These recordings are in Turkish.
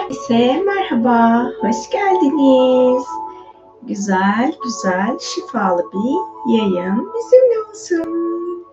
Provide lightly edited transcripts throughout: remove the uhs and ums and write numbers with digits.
Herkese merhaba, hoş geldiniz. Güzel, güzel, şifalı bir yayın bizimle olsun.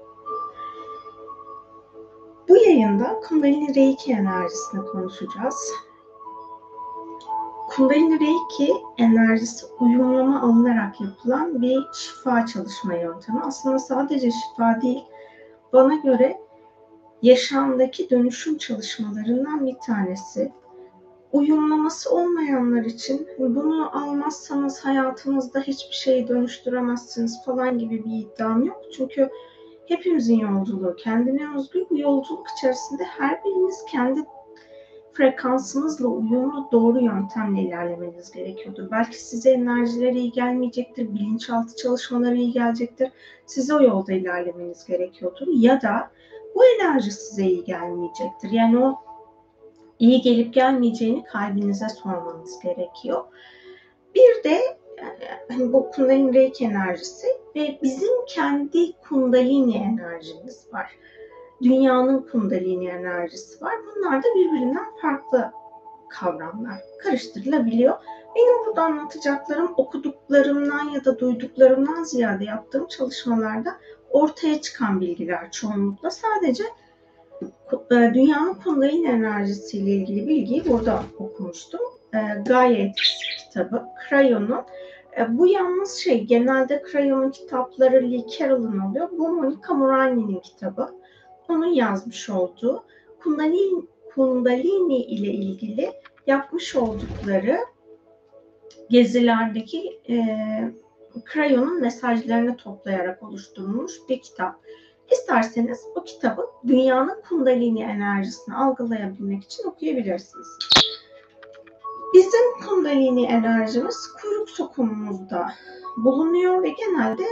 Bu yayında Kundalini Reiki enerjisini konuşacağız. Kundalini Reiki enerjisi uyumlama alınarak yapılan bir şifa çalışma yöntemi. Aslında sadece şifa değil, bana göre yaşamdaki dönüşüm çalışmalarından bir tanesi. Uyumlaması olmayanlar için bunu almazsanız hayatınızda hiçbir şeyi dönüştüremezsiniz falan gibi bir iddiam yok. Çünkü hepimizin yolculuğu kendine özgü. Bu yolculuk içerisinde her biriniz kendi frekansınızla uyumlu doğru yöntemle ilerlemeniz gerekiyordur. Belki size enerjileri iyi gelmeyecektir, bilinçaltı çalışmaları iyi gelecektir. Size o yolda ilerlemeniz gerekiyordur. Ya da bu enerji size iyi gelmeyecektir. Yani o iyi gelip gelmeyeceğini kalbinize sormanız gerekiyor. Bir de hani bu Kundalini Reiki enerjisi ve bizim kendi Kundalini enerjimiz var. Dünyanın Kundalini enerjisi var. Bunlar da birbirinden farklı kavramlar. Karıştırılabiliyor. Benim burada anlatacaklarım okuduklarımdan ya da duyduklarımdan ziyade yaptığım çalışmalarda ortaya çıkan bilgiler çoğunlukla. Sadece dünyanın Kundalini enerjisiyle ilgili bilgiyi burada okumuştum. Gaia Etkisi kitabı. Crayon'un. Bu yalnız genelde Crayon'un kitapları Lee Carroll'ın oluyor. Bu Monica Morani'nin kitabı. Onun yazmış olduğu Kundalini ile ilgili yapmış oldukları gezilerdeki Crayon'un mesajlarını toplayarak oluşturulmuş bir kitap. İsterseniz bu kitabı dünyanın Kundalini enerjisini algılayabilmek için okuyabilirsiniz. Bizim Kundalini enerjimiz kuyruk sokumumuzda bulunuyor ve genelde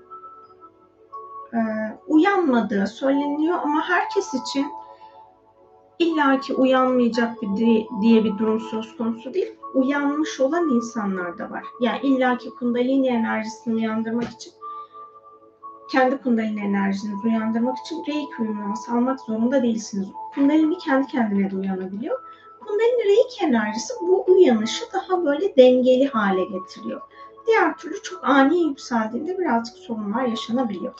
uyanmadığı söyleniyor ama herkes için illaki uyanmayacak diye bir durum söz konusu değil. Uyanmış olan insanlar da var. Yani illaki Kundalini enerjisini uyandırmak için, kendi Kundalini enerjinizi uyandırmak için Reiki uygulaması almak zorunda değilsiniz. Kundalini kendi kendine de uyanabiliyor. Kundalini Reiki enerjisi bu uyanışı daha böyle dengeli hale getiriyor. Diğer türlü çok ani yükseldiğinde birazcık sorunlar yaşanabiliyor.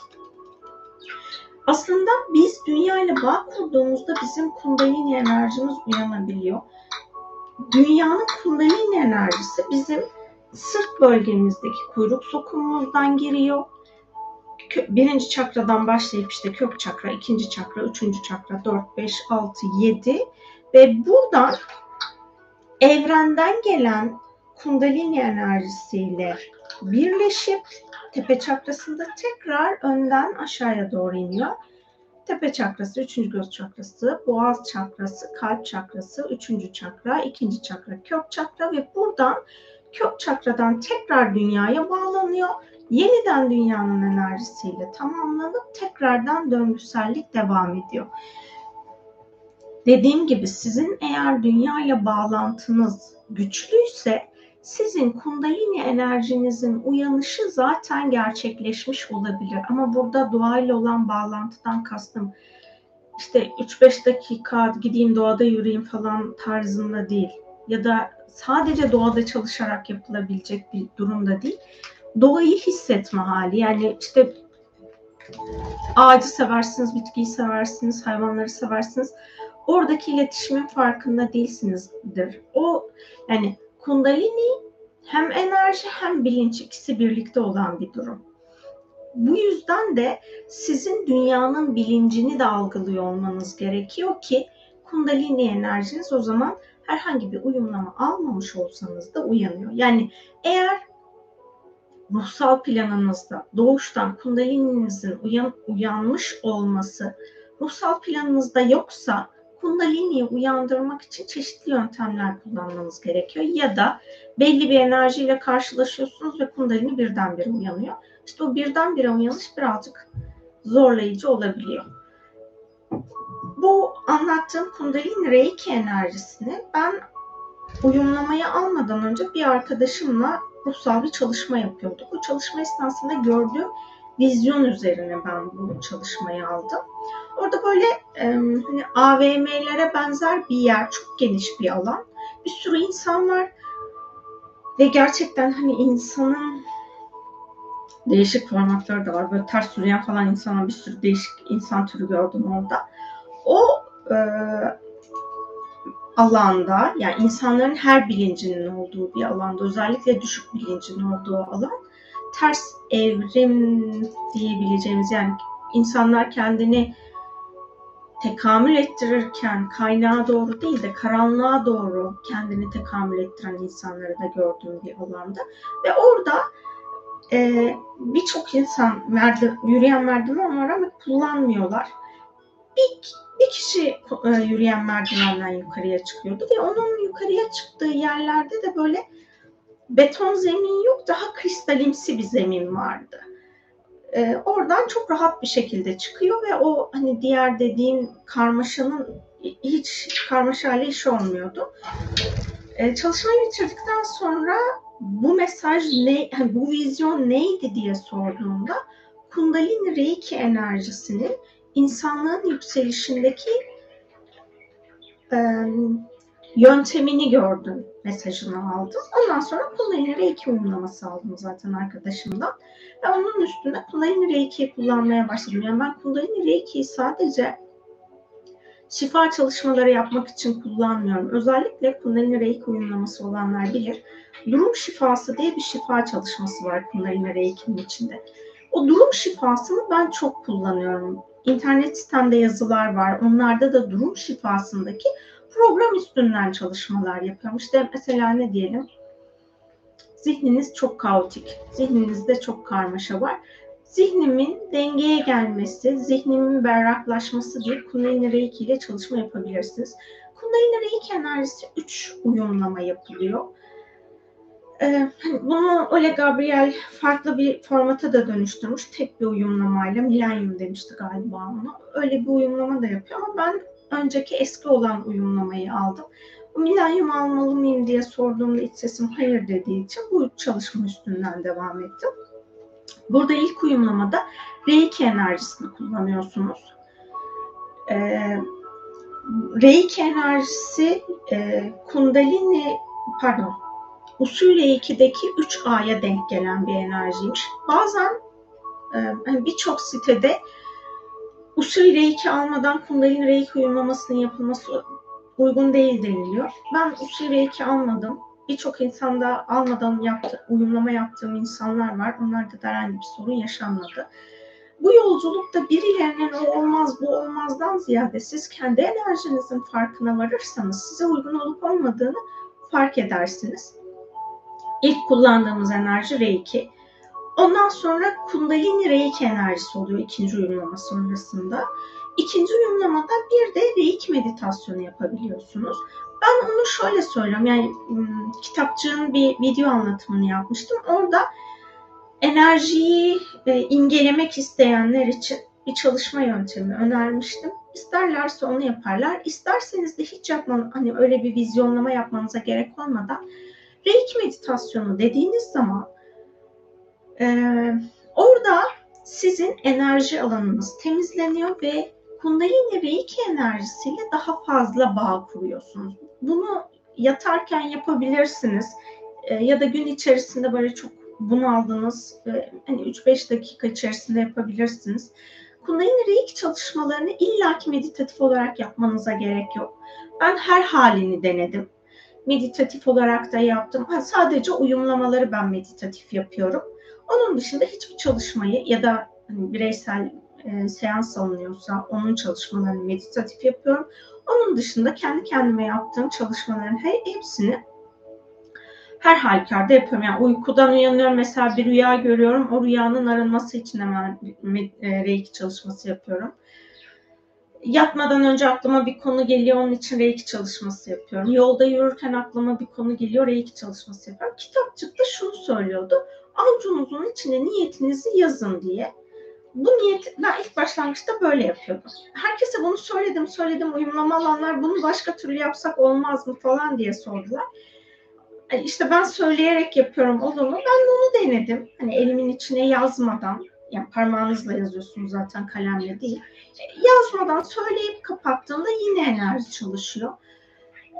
Aslında biz dünyayla bağ kurduğumuzda bizim Kundalini enerjimiz uyanabiliyor. Dünyanın Kundalini enerjisi bizim sırt bölgemizdeki kuyruk sokumumuzdan giriyor. Birinci çakradan başlayıp işte kök çakra, ikinci çakra, üçüncü çakra, 4, 5, 6, 7 ve buradan evrenden gelen Kundalini enerjisiyle birleşip tepe çakrasında tekrar önden aşağıya doğru iniyor. Tepe çakrası, üçüncü göz çakrası, boğaz çakrası, kalp çakrası, üçüncü çakra, ikinci çakra, kök çakra ve buradan kök çakradan tekrar dünyaya bağlanıyor. Yeniden dünyanın enerjisiyle tamamlanıp tekrardan döngüsellik devam ediyor. Dediğim gibi sizin eğer dünyayla bağlantınız güçlüyse sizin Kundalini enerjinizin uyanışı zaten gerçekleşmiş olabilir. Ama burada doğayla olan bağlantıdan kastım işte 3-5 dakika gideyim doğada yürüyeyim falan tarzında değil. Ya da sadece doğada çalışarak yapılabilecek bir durumda değil. Doğayı hissetme hali. Yani işte ağacı seversiniz, bitkiyi seversiniz, hayvanları seversiniz. Oradaki iletişimin farkında değilsinizdir. O yani Kundalini hem enerji hem bilinç ikisi birlikte olan bir durum. Bu yüzden de sizin dünyanın bilincini de algılıyor olmanız gerekiyor ki Kundalini enerjiniz o zaman herhangi bir uyumlama almamış olsanız da uyanıyor. Yani eğer ruhsal planınızda doğuştan Kundalini'nizin uyanmış olması ruhsal planınızda yoksa Kundalini'yi uyandırmak için çeşitli yöntemler kullanmanız gerekiyor. Ya da belli bir enerjiyle karşılaşıyorsunuz ve Kundalini birdenbire uyanıyor. İşte o birdenbire uyanış birazcık zorlayıcı olabiliyor. Bu anlattığım Kundalini Reiki enerjisini ben uyumlamaya almadan önce bir arkadaşımla ruhsal bir çalışma yapıyorduk. Bu çalışma esnasında gördüğüm vizyon üzerine ben bu çalışmayı aldım. Orada böyle hani AVM'lere benzer bir yer, çok geniş bir alan bir sürü insan var ve gerçekten hani insanın değişik formatları da var. Böyle ters yürüyen falan insana, bir sürü değişik insan türü gördüm orada. O alanda, yani insanların her bilincinin olduğu bir alanda, özellikle düşük bilincin olduğu alan, ters evrim diyebileceğimiz, yani insanlar kendini tekamül ettirirken kaynağa doğru değil de karanlığa doğru kendini tekamül ettiren insanları da gördüğüm bir alanda. Ve orada birçok insan yürüyen merdiven var ama kullanmıyorlar. Bir kişi yürüyen merdivenden yukarıya çıkıyordu ve onun yukarıya çıktığı yerlerde de böyle beton zemin yok, daha kristalimsi bir zemin vardı. Oradan çok rahat bir şekilde çıkıyor ve o hani diğer dediğim karmaşanın hiç karmaşayla iş olmuyordu. Çalışmayı bitirdikten sonra bu mesaj ne, hani bu vizyon neydi diye sorduğumda Kundalini Reiki enerjisinin insanlığın yükselişindeki yöntemini gördüm mesajını aldım. Ondan sonra Kundalini Reiki uygulaması aldım zaten arkadaşımdan. Ve onun üstüne Kundalini Reiki'yi kullanmaya başladım. Yani ben Kundalini Reiki'yi sadece şifa çalışmaları yapmak için kullanmıyorum. Özellikle Kundalini Reiki uygulaması olanlar bilir. Durum şifası diye bir şifa çalışması var Kundalini Reiki'nin içinde. O durum şifasını ben çok kullanıyorum. İnternet sitemde yazılar var. Onlarda da durum şifasındaki program üstünden çalışmalar yapıyorum. İşte mesela ne diyelim? Zihniniz çok kaotik. Zihninizde çok karmaşa var. Zihnimin dengeye gelmesi, zihnimin berraklaşması diye Kundalini Reiki ile çalışma yapabilirsiniz. Kundalini Reiki enerjisi 3 uyumlama yapılıyor. Bunu Ole Gabriel farklı bir formata da dönüştürmüş. Tek bir uyumlamayla, milenyum demişti galiba ona. Öyle bir uyumlama da yapıyor ama ben önceki eski olan uyumlamayı aldım. Milenyum almalı mıyım diye sorduğumda iç sesim hayır dediği için bu çalışma üstünden devam ettim. Burada ilk uyumlamada Reiki enerjisini kullanıyorsunuz. Reiki enerjisi Kundalini, Usul Reiki'deki 3A'ya denk gelen bir enerjiymiş. Bazen birçok sitede Usul Reiki almadan Kundalini Reiki uyumlamasının yapılması uygun değil deniliyor. Ben Usul Reiki almadım. Birçok insanda almadan uyumlama yaptığım insanlar var. Onlarda da herhangi bir sorun yaşanmadı. Bu yolculukta birilerinin o olmaz bu olmazdan ziyade siz kendi enerjinizin farkına varırsanız size uygun olup olmadığını fark edersiniz. İlk kullandığımız enerji Reiki. Ondan sonra Kundalini Reiki enerjisi oluyor ikinci uyumlama sonrasında. İkinci uyumlamada bir de Reiki meditasyonu yapabiliyorsunuz. Ben onu şöyle söylüyorum, yani kitapçığın bir video anlatımını yapmıştım. Orada enerjiyi imgelemek isteyenler için bir çalışma yöntemi önermiştim. İsterlerse onu yaparlar. İsterseniz de hiç hani öyle bir vizyonlama yapmanıza gerek olmadan Reiki meditasyonu dediğiniz zaman orada sizin enerji alanınız temizleniyor ve Kundalini Reiki enerjisiyle daha fazla bağ kuruyorsunuz. Bunu yatarken yapabilirsiniz ya da gün içerisinde böyle çok bunaldınız, hani 3-5 dakika içerisinde yapabilirsiniz. Kundalini Reiki çalışmalarını illaki meditatif olarak yapmanıza gerek yok. Ben her halini denedim. Meditatif olarak da yaptım. Sadece uyumlamaları ben meditatif yapıyorum. Onun dışında hiçbir çalışmayı ya da hani bireysel seans alınıyorsa onun çalışmalarını meditatif yapıyorum. Onun dışında kendi kendime yaptığım çalışmaların hepsini her halükarda yapıyorum. Yani uykudan uyanıyorum, mesela bir rüya görüyorum. O rüyanın arınması için hemen Reiki çalışması yapıyorum. Yatmadan önce aklıma bir konu geliyor, onun için Reiki çalışması yapıyorum. Yolda yürürken aklıma bir konu geliyor, Reiki çalışması yapıyorum. Kitapçıkta şunu söylüyordu, avucunuzun içine niyetinizi yazın diye. Bu niyet, ben ilk başlangıçta böyle yapıyordum. Herkese bunu söyledim, uyumlama alanlar bunu başka türlü yapsak olmaz mı falan diye sordular. İşte ben söyleyerek yapıyorum olur mu? Ben de onu denedim. Hani elimin içine yazmadan, yani parmağınızla yazıyorsunuz zaten, kalemle değil. Yazmadan söyleyip kapattığımda yine enerji çalışıyor.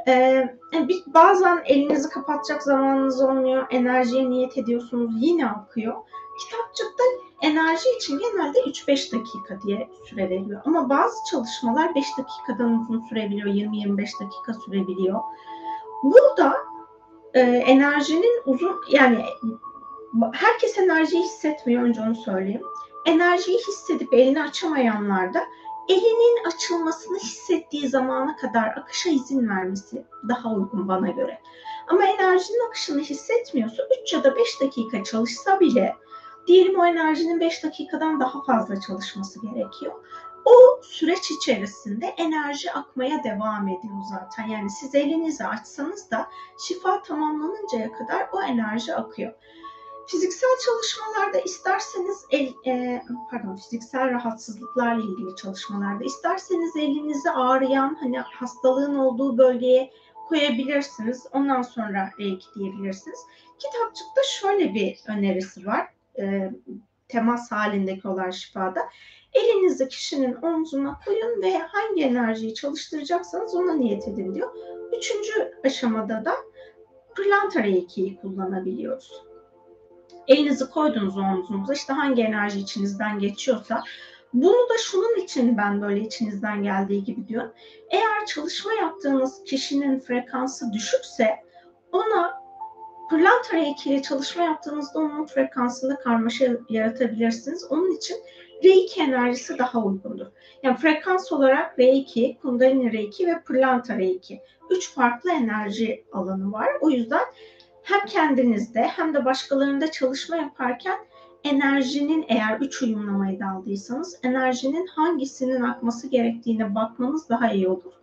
Bazen elinizi kapatacak zamanınız olmuyor. Enerjiye niyet ediyorsunuz. Yine akıyor. Kitapçıkta enerji için genelde 3-5 dakika diye süre veriliyor. Ama bazı çalışmalar 5 dakikadan uzun sürebiliyor. 20-25 dakika sürebiliyor. Burada enerjinin uzun, yani herkes enerjiyi hissetmiyor, önce onu söyleyeyim. Enerjiyi hissedip elini açamayanlar da elinin açılmasını hissettiği zamana kadar akışa izin vermesi daha uygun bana göre. Ama enerjinin akışını hissetmiyorsa 3 ya da 5 dakika çalışsa bile diyelim o enerjinin 5 dakikadan daha fazla çalışması gerekiyor. O süreç içerisinde enerji akmaya devam ediyor zaten. Yani siz elinizi açsanız da şifa tamamlanıncaya kadar o enerji akıyor. Fiziksel çalışmalarda isterseniz fiziksel rahatsızlıklarla ilgili çalışmalarda isterseniz elinizi ağrıyan, hani hastalığın olduğu bölgeye koyabilirsiniz. Ondan sonra reiki diyebilirsiniz. Kitapçıkta şöyle bir önerisi var. Temas halindeki olan şifada. Elinizi kişinin omzuna koyun ve hangi enerjiyi çalıştıracaksanız ona niyet edin diyor. 3. aşamada da pırlanta reiki'yi kullanabiliyoruz. Elinizi koydunuz omzunuza, işte hangi enerji içinizden geçiyorsa, bunu da şunun için ben böyle içinizden geldiği gibi diyorum. Eğer çalışma yaptığınız kişinin frekansı düşükse ona pırlanta reiki ile çalışma yaptığınızda onun frekansında karmaşa yaratabilirsiniz. Onun için reiki enerjisi daha uygundur. Yani frekans olarak reiki, kundalini reiki ve pırlanta reiki 3 farklı enerji alanı var. O yüzden hem kendinizde hem de başkalarında çalışma yaparken enerjinin, eğer 3 uyumlamayı da aldıysanız, enerjinin hangisinin akması gerektiğine bakmanız daha iyi olur.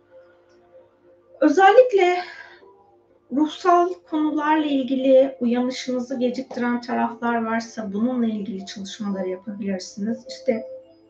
Özellikle ruhsal konularla ilgili uyanışınızı geciktiren taraflar varsa bununla ilgili çalışmalar yapabilirsiniz. İşte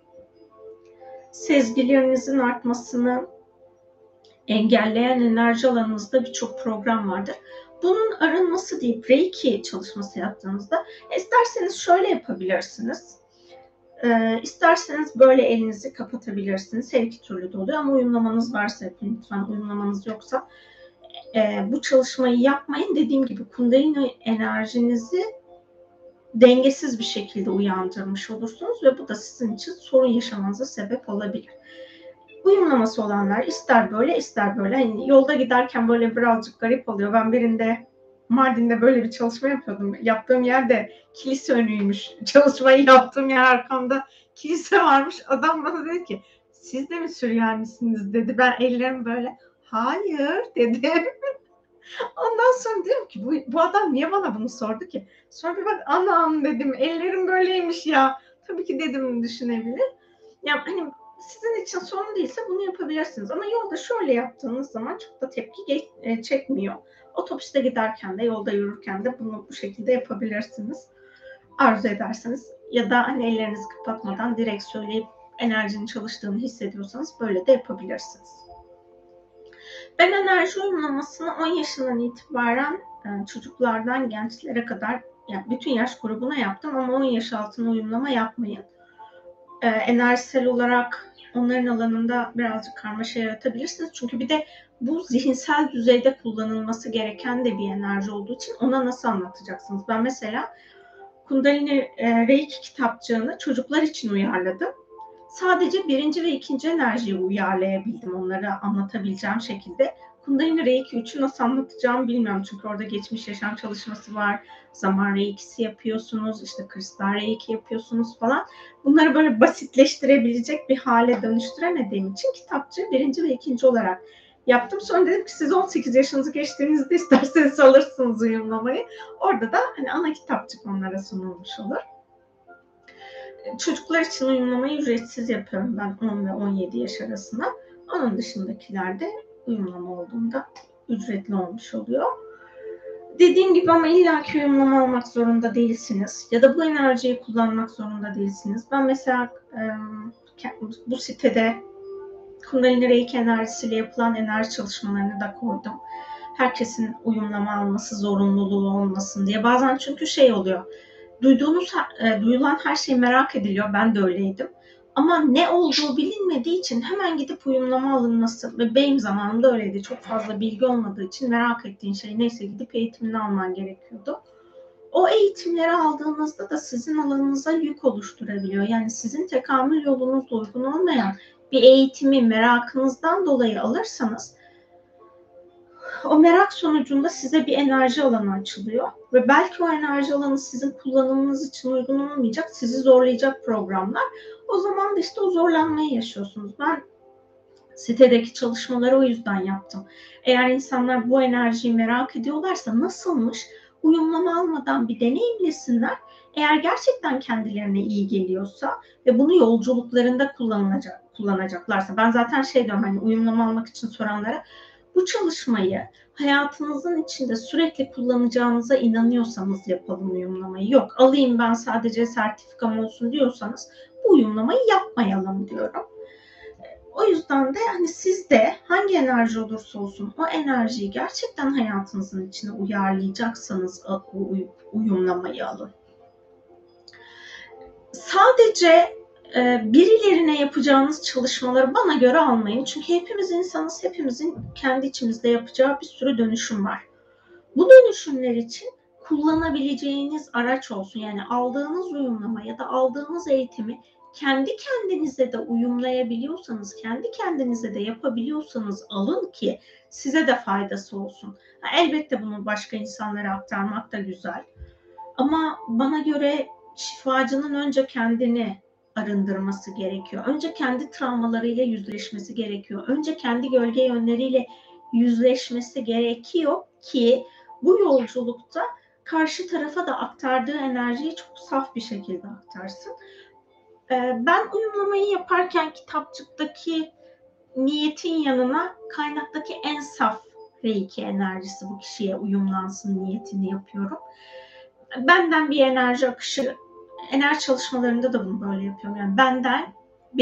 sezgilerinizin artmasını engelleyen enerji alanınızda birçok program vardır. Bunun arınması deyip reiki çalışması yaptığınızda isterseniz şöyle yapabilirsiniz. İsterseniz böyle elinizi kapatabilirsiniz. Her iki türlü de oluyor ama uyumlamanız varsa yapın lütfen. Uyumlamanız yoksa bu çalışmayı yapmayın. Dediğim gibi kundalini enerjinizi dengesiz bir şekilde uyandırmış olursunuz ve bu da sizin için sorun yaşamanıza sebep olabilir. Uyumlaması olanlar ister böyle ister böyle. Hani yolda giderken böyle birazcık garip oluyor. Ben birinde Mardin'de böyle bir çalışma yapıyordum. Yaptığım yer de kilise önüymüş. Çalışmayı yaptığım yer arkamda kilise varmış. Adam bana dedi ki siz de mi Süryanisiniz dedi. Ben ellerim böyle hayır dedim. Ondan sonra dedim ki bu adam niye bana bunu sordu ki? Sonra bir bak anam dedim ellerim böyleymiş ya. Tabii ki dedim düşünebilir. Yani hani sizin için sorun değilse bunu yapabilirsiniz. Ama yolda şöyle yaptığınız zaman çok da tepki çekmiyor. Otobüste giderken de yolda yürürken de bunu bu şekilde yapabilirsiniz. Arzu ederseniz ya da hani ellerinizi kapatmadan direkt söyleyip enerjinin çalıştığını hissediyorsanız böyle de yapabilirsiniz. Ben enerji uyumlamasını 10 yaşından itibaren çocuklardan gençlere kadar, yani bütün yaş grubuna yaptım ama 10 yaş altına uyumlama yapmayın. Enerjisel olarak onların alanında birazcık karmaşa yaratabilirsiniz. Çünkü bir de bu zihinsel düzeyde kullanılması gereken de bir enerji olduğu için ona nasıl anlatacaksınız? Ben mesela Kundalini Reiki kitapçığını çocuklar için uyarladım. Sadece 1. ve 2. enerjiyi uyarlayabildim onlara anlatabileceğim şekilde. Kundalini Reiki 3'ü nasıl anlatacağımı bilmiyorum. Çünkü orada geçmiş yaşam çalışması var. Zaman Reiki'si yapıyorsunuz. İşte kristal Reiki yapıyorsunuz falan. Bunları böyle basitleştirebilecek bir hale dönüştüremediğim için kitapçığı 1. ve 2. olarak yaptım. Sonra dedim ki siz 18 yaşınızı geçtiğinizde isterseniz alırsınız uyumlamayı. Orada da hani ana kitapçık onlara sunulmuş olur. Çocuklar için uyumlamayı ücretsiz yapıyorum ben 10 ve 17 yaş arasında. Onun dışındakilerde uyumlama olduğunda ücretli olmuş oluyor. Dediğim gibi ama illaki uyumlama almak zorunda değilsiniz. Ya da bu enerjiyi kullanmak zorunda değilsiniz. Ben mesela bu sitede Kundalini Reiki enerjisiyle yapılan enerji çalışmalarını da koydum. Herkesin uyumlama alması zorunluluğu olmasın diye. Bazen çünkü şey oluyor. Duyulan her şey merak ediliyor. Ben de öyleydim. Ama ne olduğu bilinmediği için hemen gidip uyumlama alınması ve benim zamanımda öyleydi. Çok fazla bilgi olmadığı için merak ettiğin şey neyse gidip eğitimini alman gerekiyordu. O eğitimleri aldığınızda da sizin alanınıza yük oluşturabiliyor. Yani sizin tekamül yolunuzla uygun olmayan bir eğitimi merakınızdan dolayı alırsanız o merak sonucunda size bir enerji alanı açılıyor ve belki o enerji alanı sizin kullanımınız için uygun olmayacak, sizi zorlayacak programlar. O zaman da işte o zorlanmayı yaşıyorsunuz. Ben sitedeki çalışmaları o yüzden yaptım. Eğer insanlar bu enerjiyi merak ediyorlarsa nasılmış, uyumlama almadan bir deneyimlesinler. Eğer gerçekten kendilerine iyi geliyorsa ve bunu yolculuklarında kullanacaklarsa, ben zaten diyorum, hani uyumlama almak için soranlara, bu çalışmayı hayatınızın içinde sürekli kullanacağınıza inanıyorsanız yapalım uyumlamayı. Yok, alayım ben sadece sertifikam olsun diyorsanız bu uyumlamayı yapmayalım diyorum. O yüzden de hani siz de hangi enerji olursa olsun o enerjiyi gerçekten hayatınızın içine uyarlayacaksanız uyumlamayı alın. Sadece birilerine yapacağınız çalışmaları bana göre almayın. Çünkü hepimiz insanız, hepimizin kendi içimizde yapacağı bir sürü dönüşüm var. Bu dönüşümler için kullanabileceğiniz araç olsun. Yani aldığınız uyumlama ya da aldığınız eğitimi kendi kendinize de uyumlayabiliyorsanız, kendi kendinize de yapabiliyorsanız alın ki size de faydası olsun. Elbette bunu başka insanlara aktarmak da güzel. Ama bana göre şifacının önce kendini arındırması gerekiyor. Önce kendi travmalarıyla yüzleşmesi gerekiyor. Önce kendi gölge yönleriyle yüzleşmesi gerekiyor ki bu yolculukta karşı tarafa da aktardığı enerjiyi çok saf bir şekilde aktarsın. Ben uyumlamayı yaparken kitapçıktaki niyetin yanına kaynaktaki en saf Reiki enerjisi bu kişiye uyumlansın niyetini yapıyorum. Benden bir enerji akışı, enerji çalışmalarında da bunu böyle yapıyorum. Yani benden,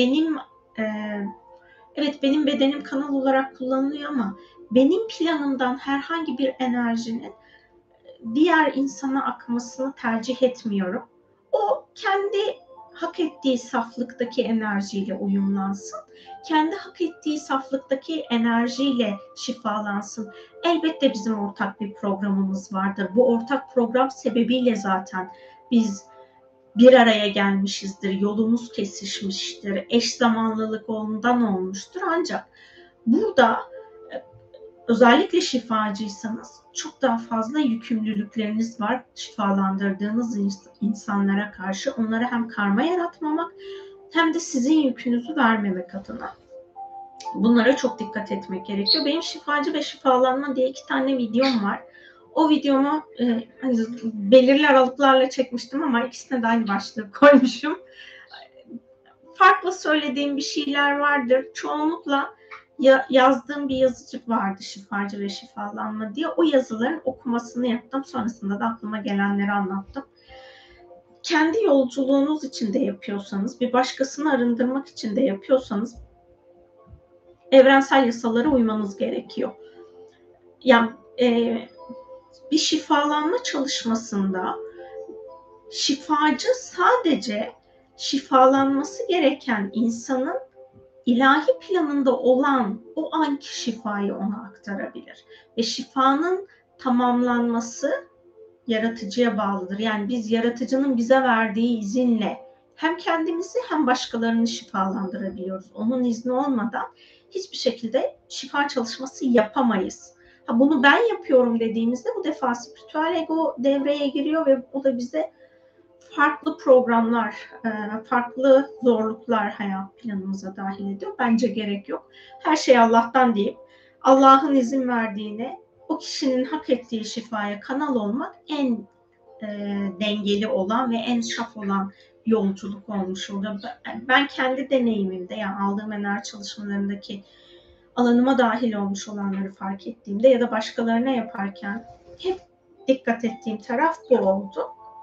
evet benim bedenim kanal olarak kullanılıyor ama benim planımdan herhangi bir enerjinin diğer insana akmasını tercih etmiyorum. O kendi hak ettiği saflıktaki enerjiyle uyumlansın. Kendi hak ettiği saflıktaki enerjiyle şifalansın. Elbette bizim ortak bir programımız vardır. Bu ortak program sebebiyle zaten biz bir araya gelmişizdir. Yolumuz kesişmiştir. Eş zamanlılık ondan olmuştur. Ancak burada özellikle şifacıysanız çok daha fazla yükümlülükleriniz var şifalandırdığınız insanlara karşı. Onlara hem karma yaratmamak hem de sizin yükünüzü vermemek adına. Bunlara çok dikkat etmek gerekiyor. Benim şifacı ve şifalanma diye 2 tane videom var. O videomu hani belirli aralıklarla çekmiştim ama ikisine de aynı başlığı koymuşum. Farklı söylediğim bir şeyler vardır. Çoğunlukla yazdığım bir yazıcı vardı, şifacı ve şifalanma diye. O yazıların okumasını yaptım. Sonrasında da aklıma gelenleri anlattım. Kendi yolculuğunuz için de yapıyorsanız, bir başkasını arındırmak için de yapıyorsanız evrensel yasalara uymanız gerekiyor. Yani bir şifalanma çalışmasında şifacı sadece şifalanması gereken insanın ilahi planında olan o anki şifayı ona aktarabilir. Ve şifanın tamamlanması yaratıcıya bağlıdır. Yani biz yaratıcının bize verdiği izinle hem kendimizi hem başkalarını şifalandırabiliyoruz. Onun izni olmadan hiçbir şekilde şifa çalışması yapamayız. Bunu ben yapıyorum dediğimizde bu defa spiritüel ego devreye giriyor ve o da bize farklı programlar, farklı zorluklar hayat planımıza dahil ediyor. Bence gerek yok. Her şey Allah'tan deyip Allah'ın izin verdiğine o kişinin hak ettiği şifaya kanal olmak en dengeli olan ve en şaf olan yolculuk olmuş oluyor. Ben kendi deneyimimde, yani aldığım enerji çalışmalarındaki alanıma dahil olmuş olanları fark ettiğimde ya da başkalarına yaparken hep dikkat ettiğim taraf bu oldu.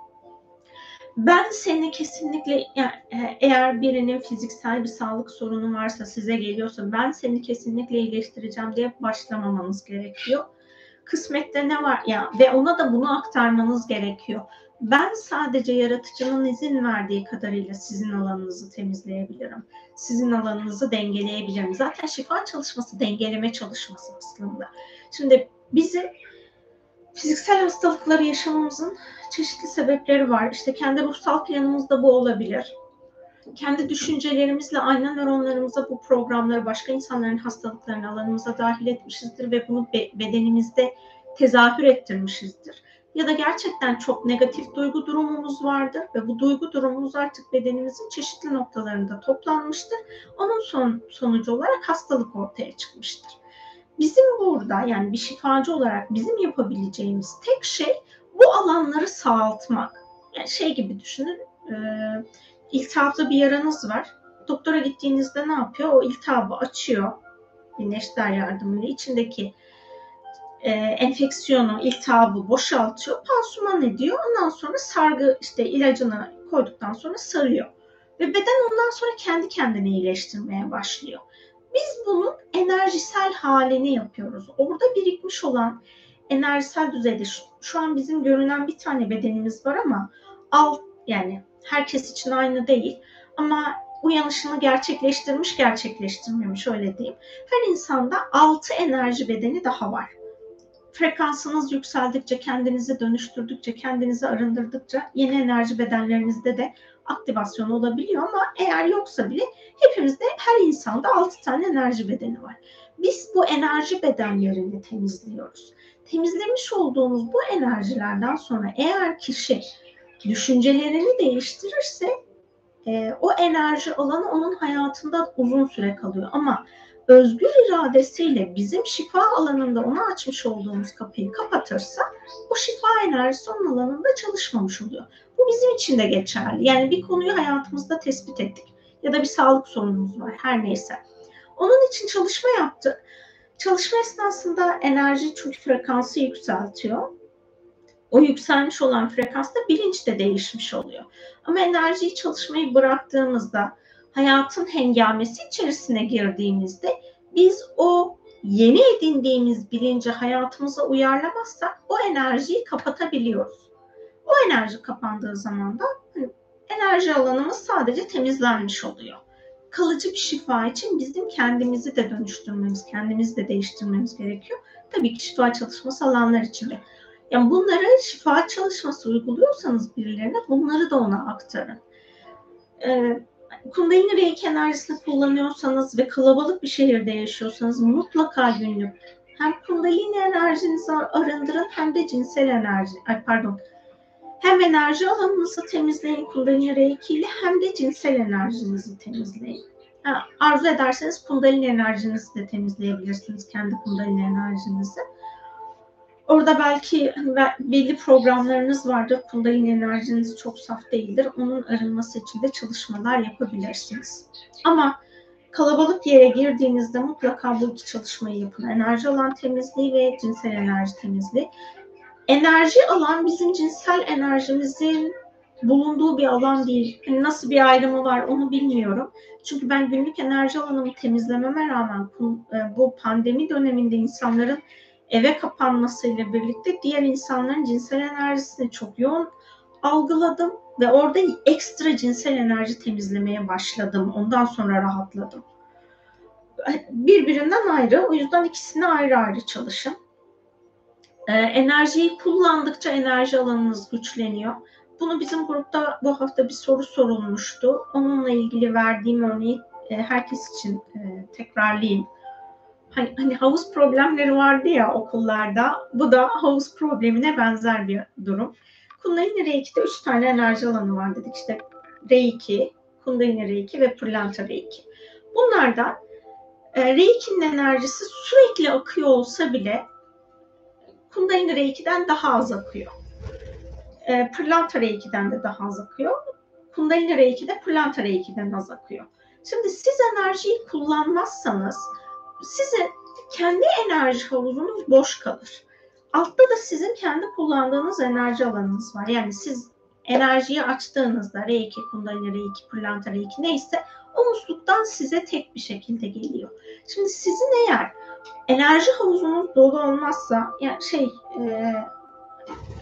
Ben seni kesinlikle, yani eğer birinin fiziksel bir sağlık sorunu varsa, size geliyorsa ben seni kesinlikle iyileştireceğim diye başlamamanız gerekiyor. Kısmette ne var ya, ve ona da bunu aktarmanız gerekiyor. Ben sadece yaratıcının izin verdiği kadarıyla sizin alanınızı temizleyebilirim. Sizin alanınızı dengeleyebilirim. Zaten şifa çalışması dengeleme çalışması aslında. Şimdi bizim fiziksel hastalıkları yaşamamızın çeşitli sebepleri var. İşte kendi ruhsal planımızda bu olabilir. Kendi düşüncelerimizle ayna nöronlarımıza bu programları başka insanların hastalıklarını alanımıza dahil etmişizdir ve bunu bedenimizde tezahür ettirmişizdir. Ya da gerçekten çok negatif duygu durumumuz vardır ve bu duygu durumumuz artık bedenimizin çeşitli noktalarında toplanmıştır. Onun sonucu olarak hastalık ortaya çıkmıştır. Bizim burada, yani bir şifacı olarak bizim yapabileceğimiz tek şey bu alanları sağaltmak. Yani şey gibi düşünün, iltihaplı bir yaranız var. Doktora gittiğinizde ne yapıyor? O iltihabı açıyor. Bir neşter yardımıyla içindeki enfeksiyonu, iltihabı boşaltıyor. Pansuman ediyor. Ondan sonra sargı işte ilacını koyduktan sonra sarıyor. Ve beden ondan sonra kendi kendine iyileştirmeye başlıyor. Biz bunun enerjisel halini yapıyoruz. Orada birikmiş olan enerjisel düzeyde şu an bizim görünen bir tane bedenimiz var ama yani herkes için aynı değil. Ama uyanışını gerçekleştirmemiş öyle diyeyim. Her insanda 6 enerji bedeni daha var. Frekansınız yükseldikçe, kendinizi dönüştürdükçe, kendinizi arındırdıkça yeni enerji bedenlerinizde de aktivasyon olabiliyor ama eğer yoksa bile hepimizde, her insanda 6 tane enerji bedeni var. Biz bu enerji bedenlerini temizliyoruz. Temizlemiş olduğumuz bu enerjilerden sonra eğer kişi düşüncelerini değiştirirse o enerji alanı onun hayatında uzun süre kalıyor. Ama özgür iradesiyle bizim şifa alanında ona açmış olduğumuz kapıyı kapatırsa o şifa enerjisi onun alanında çalışmamış oluyor. Bu bizim için de geçerli. Yani bir konuyu hayatımızda tespit ettik ya da bir sağlık sorunumuz var, her neyse. Onun için çalışma yaptık. Çalışma esnasında enerji çünkü frekansı yükseltiyor. O yükselmiş olan frekansta bilinç de değişmiş oluyor. Ama enerjiyi çalışmayı bıraktığımızda, hayatın hengamesi içerisine girdiğimizde biz o yeni edindiğimiz bilinci hayatımıza uyarlamazsak o enerjiyi kapatabiliyoruz. O enerji kapandığı zaman da enerji alanımız sadece temizlenmiş oluyor. Kalıcı bir şifa için bizim kendimizi de dönüştürmemiz, kendimizi de değiştirmemiz gerekiyor. Tabii ki şifa çalışması alanlar içinde. Yani bunları şifa çalışması uyguluyorsanız birilerine bunları da ona aktarın. Kundalini Reiki enerjisini kullanıyorsanız ve kalabalık bir şehirde yaşıyorsanız mutlaka günlük hem Kundalini enerjinizi arındırın hem de cinsel enerji, hem enerji alanınızı temizleyin Kundalini Reiki ile hem de cinsel enerjinizi temizleyin. Arzu ederseniz Kundalini enerjinizi de temizleyebilirsiniz, kendi Kundalini enerjinizi. Orada belki belli programlarınız vardır. Kundalini enerjiniz çok saf değildir. Onun arınması için de çalışmalar yapabilirsiniz. Ama kalabalık yere girdiğinizde mutlaka bu iki çalışmayı yapın. Enerji alan temizliği ve cinsel enerji temizliği. Enerji alan bizim cinsel enerjimizin bulunduğu bir alan değil. Yani nasıl bir ayrımı var onu bilmiyorum. Çünkü ben günlük enerji alanımı temizlememe rağmen bu pandemi döneminde insanların eve kapanmasıyla birlikte diğer insanların cinsel enerjisini çok yoğun algıladım ve orada ekstra cinsel enerji temizlemeye başladım. Ondan sonra rahatladım. Birbirinden ayrı. O yüzden ikisini ayrı ayrı çalışın. Enerjiyi kullandıkça enerji alanınız güçleniyor. Bunu bizim grupta bu hafta bir soru sorulmuştu. Onunla ilgili verdiğim örneği herkes için tekrarlayayım. Hani havuz problemleri vardı ya okullarda. Bu da havuz problemine benzer bir durum. Kundalini Reiki'de 3 tane enerji alanı var dedik. İşte Reiki, Kundalini Reiki ve Pırlanta Reiki. Bunlardan Reiki'nin enerjisi sürekli akıyor olsa bile Kundalini Reiki'den daha az akıyor. Pırlanta Reiki'den de daha az akıyor. Kundalini Reiki'de Pırlanta Reiki'den az akıyor. Şimdi siz enerjiyi kullanmazsanız sizin kendi enerji havuzunuz boş kalır. Altta da sizin kendi kullandığınız enerji alanınız var. Yani siz enerjiyi açtığınızda Reiki, Kundalini Reiki, Pırlanta Reiki neyse o musluktan size tek bir şekilde geliyor. Şimdi sizin eğer enerji havuzunuz dolu olmazsa yani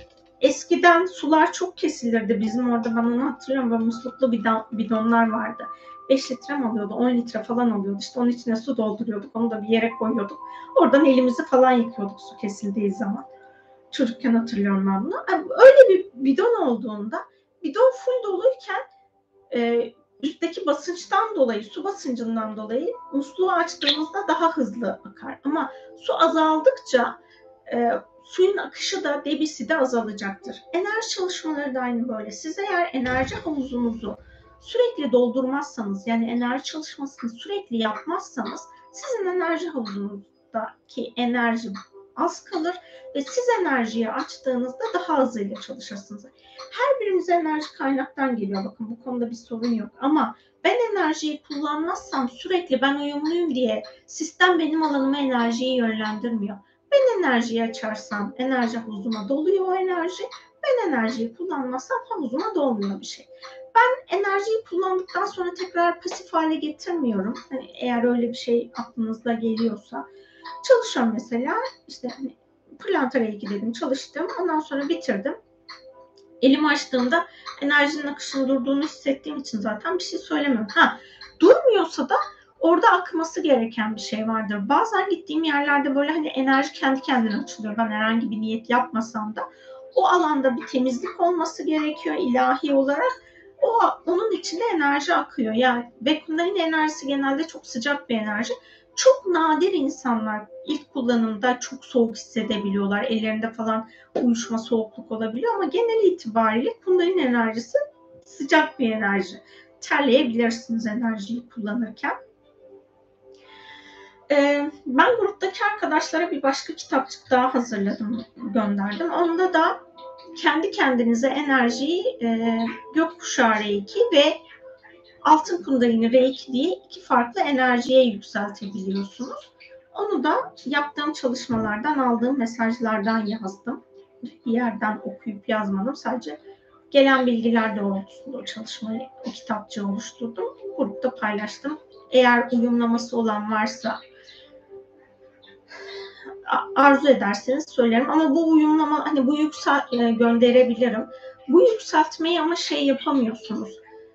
Eskiden sular çok kesilirdi. Bizim orada, ben onu hatırlıyorum, böyle musluklu bidonlar vardı. 5 litre mi oluyordu? 10 litre falan oluyordu. İşte onun içine su dolduruyorduk. Onu da bir yere koyuyorduk. Oradan elimizi falan yıkıyorduk su kesildiği zaman. Çocukken hatırlıyorum ben bunu. Yani öyle bir bidon olduğunda, bidon full doluyken üstteki basınçtan dolayı, su basıncından dolayı musluğu açtığımızda daha hızlı akar. Ama su azaldıkça suyun akışı da, debisi de azalacaktır. Enerji çalışmaları da aynı böyle. Siz eğer enerji havuzunuzu sürekli doldurmazsanız, yani enerji çalışmasını sürekli yapmazsanız, sizin enerji havuzunuzdaki enerji az kalır ve siz enerjiyi açtığınızda daha hızıyla çalışırsınız. Her birimiz enerji kaynaktan geliyor. Bakın, bu konuda bir sorun yok. Ama ben enerjiyi kullanmazsam, sürekli ben uyumluyum diye sistem benim alanıma enerjiyi yönlendirmiyor. Ben enerjiyi açarsam enerji havuzuma doluyor o enerji. Ben enerjiyi kullanmazsam havuzuma dolmuyor bir şey. Ben enerjiyi kullandıktan sonra tekrar pasif hale getirmiyorum. Hani eğer öyle bir şey aklınızda geliyorsa. Çalışıyorum mesela. İşte hani Pırlanta Reiki dedim, çalıştım. Ondan sonra bitirdim. Elimi açtığımda enerjinin akışının durduğunu hissettiğim için zaten bir şey söylemiyorum. Durmuyorsa da orada akması gereken bir şey vardır. Bazen gittiğim yerlerde böyle hani enerji kendi kendine açılıyor. Ben herhangi bir niyet yapmasam da o alanda bir temizlik olması gerekiyor ilahi olarak. Onun içinde enerji akıyor. Yani ve Kundalini enerjisi genelde çok sıcak bir enerji. Çok nadir insanlar ilk kullanımda çok soğuk hissedebiliyorlar. Ellerinde falan uyuşma, soğukluk olabiliyor ama genel itibariyle Kundalini enerjisi sıcak bir enerji. Terleyebilirsiniz enerjiyi kullanırken. Ben gruptaki arkadaşlara bir başka kitapçık daha hazırladım, gönderdim. Onda da kendi kendinize enerjiyi gökkuşağı reiki ve altın kundalini reiki diye iki farklı enerjiye yükseltebiliyorsunuz. Onu da yaptığım çalışmalardan, aldığım mesajlardan yazdım. Bir yerden okuyup yazmadım. Sadece gelen bilgiler doğrultusunda o çalışmayı, o kitapçığı oluşturdum. Grupta paylaştım. Eğer uyumlaması olan varsa, arzu ederseniz söylerim. Ama bu uyumlama, hani bu gönderebilirim. Bu yükseltmeyi ama yapamıyorsunuz.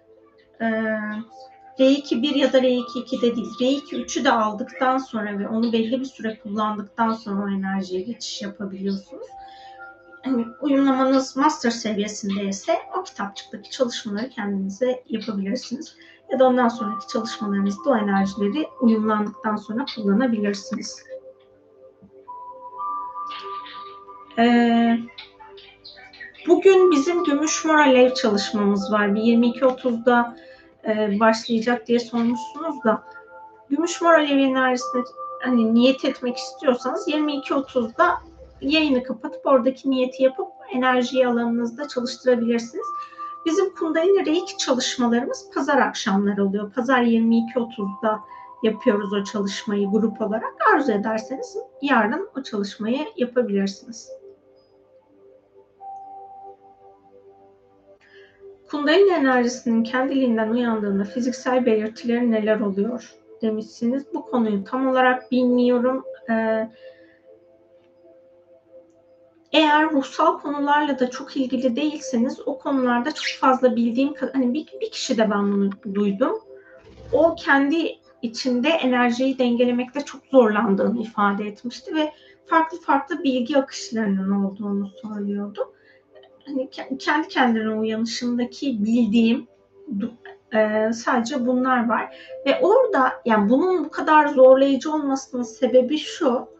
R2 1 ya da R2 2'de değil. R2 3'ü de aldıktan sonra ve onu belli bir süre kullandıktan sonra o enerjiye geçiş yapabiliyorsunuz. Yani uyumlamanız master seviyesindeyse o kitapçıktaki çalışmaları kendinize yapabilirsiniz. Ya da ondan sonraki çalışmalarınızda o enerjileri uyumlandıktan sonra kullanabilirsiniz. Bugün bizim Gümüş Mor Alev çalışmamız var. Bir 22.30'da başlayacak diye sormuşsunuz da, Gümüş Mor Alev enerjisine hani niyet etmek istiyorsanız 22.30'da yayını kapatıp oradaki niyeti yapıp enerjiyi alanınızda çalıştırabilirsiniz. Bizim Kundalini Reiki çalışmalarımız pazar akşamları oluyor. Pazar 22.30'da yapıyoruz o çalışmayı grup olarak. Arzu ederseniz yarın o çalışmayı yapabilirsiniz. Kundalini enerjisinin kendiliğinden uyandığında fiziksel belirtileri neler oluyor demişsiniz. Bu konuyu tam olarak bilmiyorum. Eğer ruhsal konularla da çok ilgili değilseniz, o konularda çok fazla bildiğim, hani bir kişi de ben bunu duydum. O kendi içinde enerjiyi dengelemekte çok zorlandığını ifade etmişti ve farklı farklı bilgi akışlarının olduğunu söylüyordu. Hani kendi kendine uyanışındaki bildiğim sadece bunlar var. Ve orada, yani bunun bu kadar zorlayıcı olmasının sebebi şu: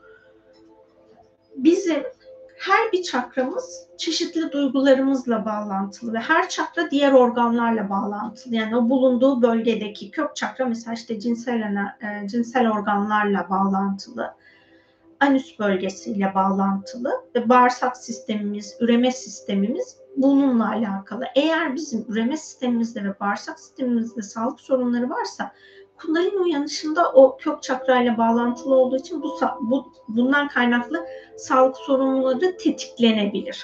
bizim her bir çakramız çeşitli duygularımızla bağlantılı ve her çakra diğer organlarla bağlantılı. Yani o bulunduğu bölgedeki kök çakra mesela işte cinsel organlarla bağlantılı, anüs bölgesiyle bağlantılı ve bağırsak sistemimiz, üreme sistemimiz bununla alakalı. Eğer bizim üreme sistemimizde ve bağırsak sistemimizde sağlık sorunları varsa, Kundalini uyanışında o kök çakrayla bağlantılı olduğu için bundan kaynaklı sağlık sorunları tetiklenebilir.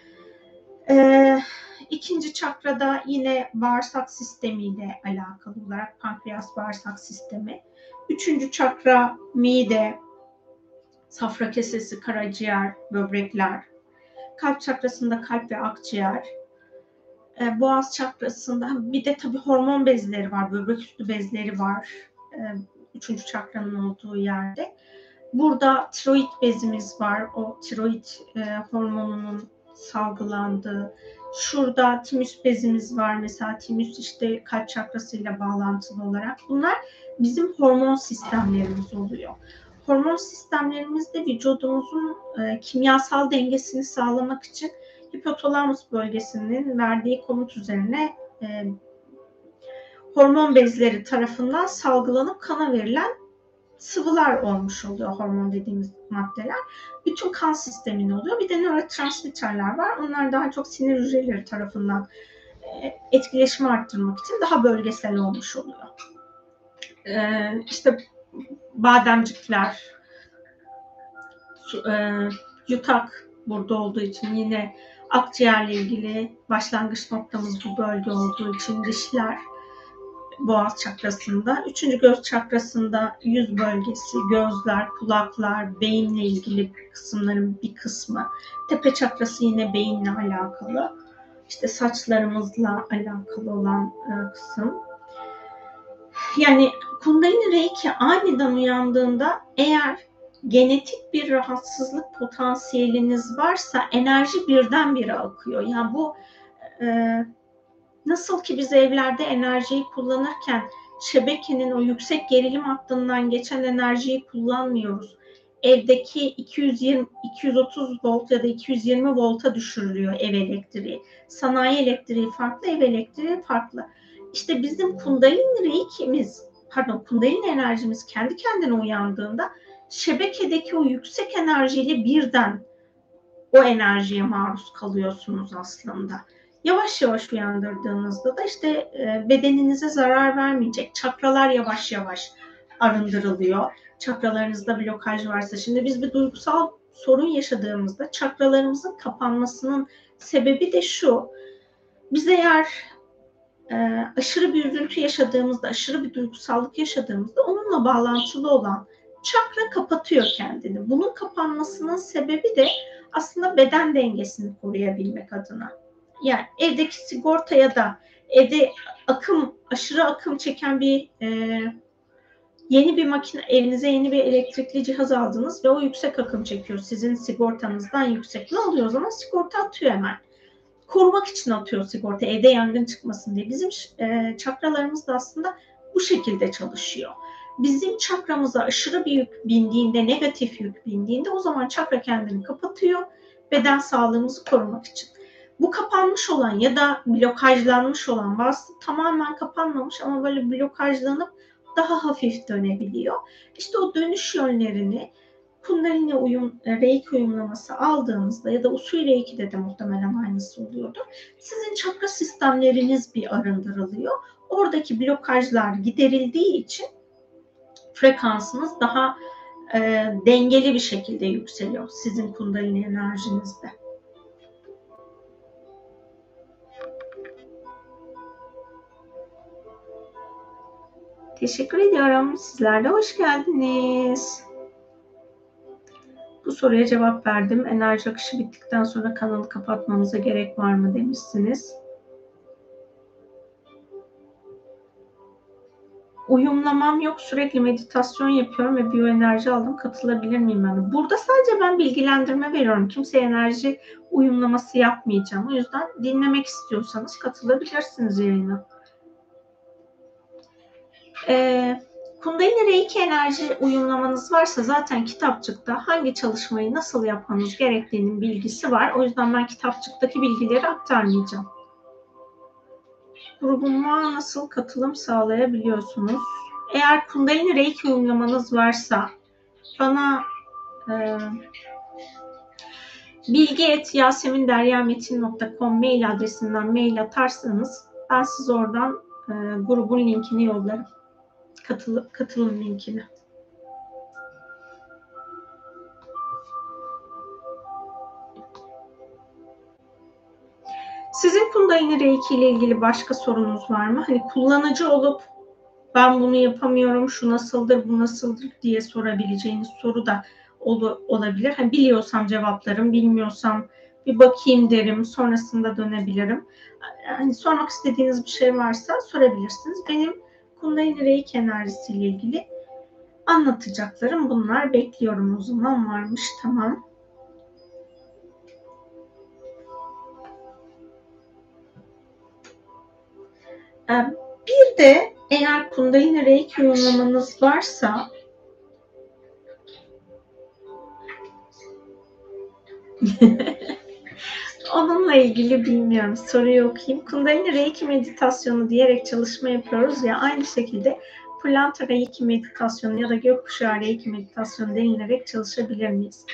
İkinci çakrada yine bağırsak sistemiyle alakalı olarak pankreas bağırsak sistemi. Üçüncü çakra mide, safra kesesi, karaciğer, böbrekler. Kalp çakrasında kalp ve akciğer. Boğaz çakrasında bir de tabii hormon bezleri var, böbrek üstü bezleri var. 3. çakranın olduğu yerde. Burada tiroid bezimiz var. O tiroid hormonunun salgılandığı. Şurada timüs bezimiz var. Mesela timüs işte kalp çakrasıyla bağlantılı olarak. Bunlar bizim hormon sistemlerimiz oluyor. Hormon sistemlerimizde vücudumuzun kimyasal dengesini sağlamak için hipotalamus bölgesinin verdiği komut üzerine hormon bezleri tarafından salgılanıp kana verilen sıvılar olmuş oluyor hormon dediğimiz maddeler. Bütün kan sisteminde oluyor. Bir de nörotransmitterler var. Onlar daha çok sinir hücreleri tarafından etkileşimi arttırmak için daha bölgesel olmuş oluyor. İşte bademcikler, yutak burada olduğu için yine akciğerle ilgili başlangıç noktamız bu bölge olduğu için dişler, boğaz çakrasında, 3. göz çakrasında yüz bölgesi, gözler, kulaklar, beyinle ilgili kısımların bir kısmı. Tepe çakrası yine beyinle alakalı. İşte saçlarımızla alakalı olan kısım. Yani Kundalini Reiki aniden uyandığında eğer genetik bir rahatsızlık potansiyeliniz varsa enerji birdenbire akıyor. Yani bu nasıl ki biz evlerde enerjiyi kullanırken şebekenin o yüksek gerilim hattından geçen enerjiyi kullanmıyoruz. Evdeki 230 volt ya da 220 volta düşürülüyor ev elektriği. Sanayi elektriği farklı, ev elektriği farklı. İşte bizim Kundalini enerjimiz kendi kendine uyandığında şebekedeki o yüksek enerjiyle birden o enerjiye maruz kalıyorsunuz aslında. Yavaş yavaş uyandırdığınızda da işte bedeninize zarar vermeyecek çakralar yavaş yavaş arındırılıyor. Çakralarınızda blokaj varsa. Şimdi biz bir duygusal sorun yaşadığımızda çakralarımızın kapanmasının sebebi de şu. Biz eğer aşırı bir üzüntü yaşadığımızda, aşırı bir duygusallık yaşadığımızda onunla bağlantılı olan çakra kapatıyor kendini. Bunun kapanmasının sebebi de aslında beden dengesini koruyabilmek adına. Yani evdeki sigortaya da evde aşırı akım çeken bir yeni bir makine, evinize yeni bir elektrikli cihaz aldınız ve o yüksek akım çekiyor. Sizin sigortanızdan yüksek. Ne oluyor o zaman? Sigorta atıyor hemen. Korumak için atıyor sigorta, evde yangın çıkmasın diye. Bizim çakralarımız da aslında bu şekilde çalışıyor. Bizim çakramıza aşırı bir yük bindiğinde, negatif yük bindiğinde o zaman çakra kendini kapatıyor beden sağlığımızı korumak için. Bu kapanmış olan ya da blokajlanmış olan bazı tamamen kapanmamış ama böyle blokajlanıp daha hafif dönebiliyor. İşte o dönüş yönlerini Kundalini Reiki uyumlaması aldığınızda ya da Usui Reiki'de de muhtemelen aynısı oluyordu. Sizin çakra sistemleriniz bir arındırılıyor. Oradaki blokajlar giderildiği için frekansınız daha dengeli bir şekilde yükseliyor sizin Kundalini enerjinizde. Teşekkür ediyorum. Sizler de hoş geldiniz. Bu soruya cevap verdim. Enerji akışı bittikten sonra kanalı kapatmamıza gerek var mı demişsiniz. Uyumlamam yok. Sürekli meditasyon yapıyorum ve biyoenerji aldım. Katılabilir miyim ben? Burada sadece ben bilgilendirme veriyorum. Kimseye enerji uyumlaması yapmayacağım. O yüzden dinlemek istiyorsanız katılabilirsiniz yayına. Kundalini Reiki enerji uyumlamanız varsa zaten kitapçıkta hangi çalışmayı nasıl yapmanız gerektiğinin bilgisi var. O yüzden ben kitapçıktaki bilgileri aktarmayacağım. Grubuma nasıl katılım sağlayabiliyorsunuz? Eğer Kundalini Reiki uyumlamanız varsa bana bilgi@yaseminderyametin.com mail adresinden mail atarsanız ben size oradan grubun linkini yollarım. Katılım linkini. Sizin Kundalini Reiki ile ilgili başka sorunuz var mı? Hani kullanıcı olup ben bunu yapamıyorum, şu nasıldır, bu nasıldır diye sorabileceğiniz soru da olabilir. Hani biliyorsam cevaplarım, bilmiyorsam bir bakayım derim, sonrasında dönebilirim. Yani sormak istediğiniz bir şey varsa sorabilirsiniz. Benim Kundalini Reiki enerjisiyle ilgili anlatacaklarım bunlar. Bekliyorum, o zaman varmış. Tamam. Bir de eğer Kundalini Reiki uygulamanız varsa onunla ilgili bilmiyorum. Soruyu okuyayım. Kundalini Reiki meditasyonu diyerek çalışma yapıyoruz ya, aynı şekilde Planta Reiki meditasyonu ya da gökkuşağı Reiki meditasyonu denilerek çalışabilir miyiz?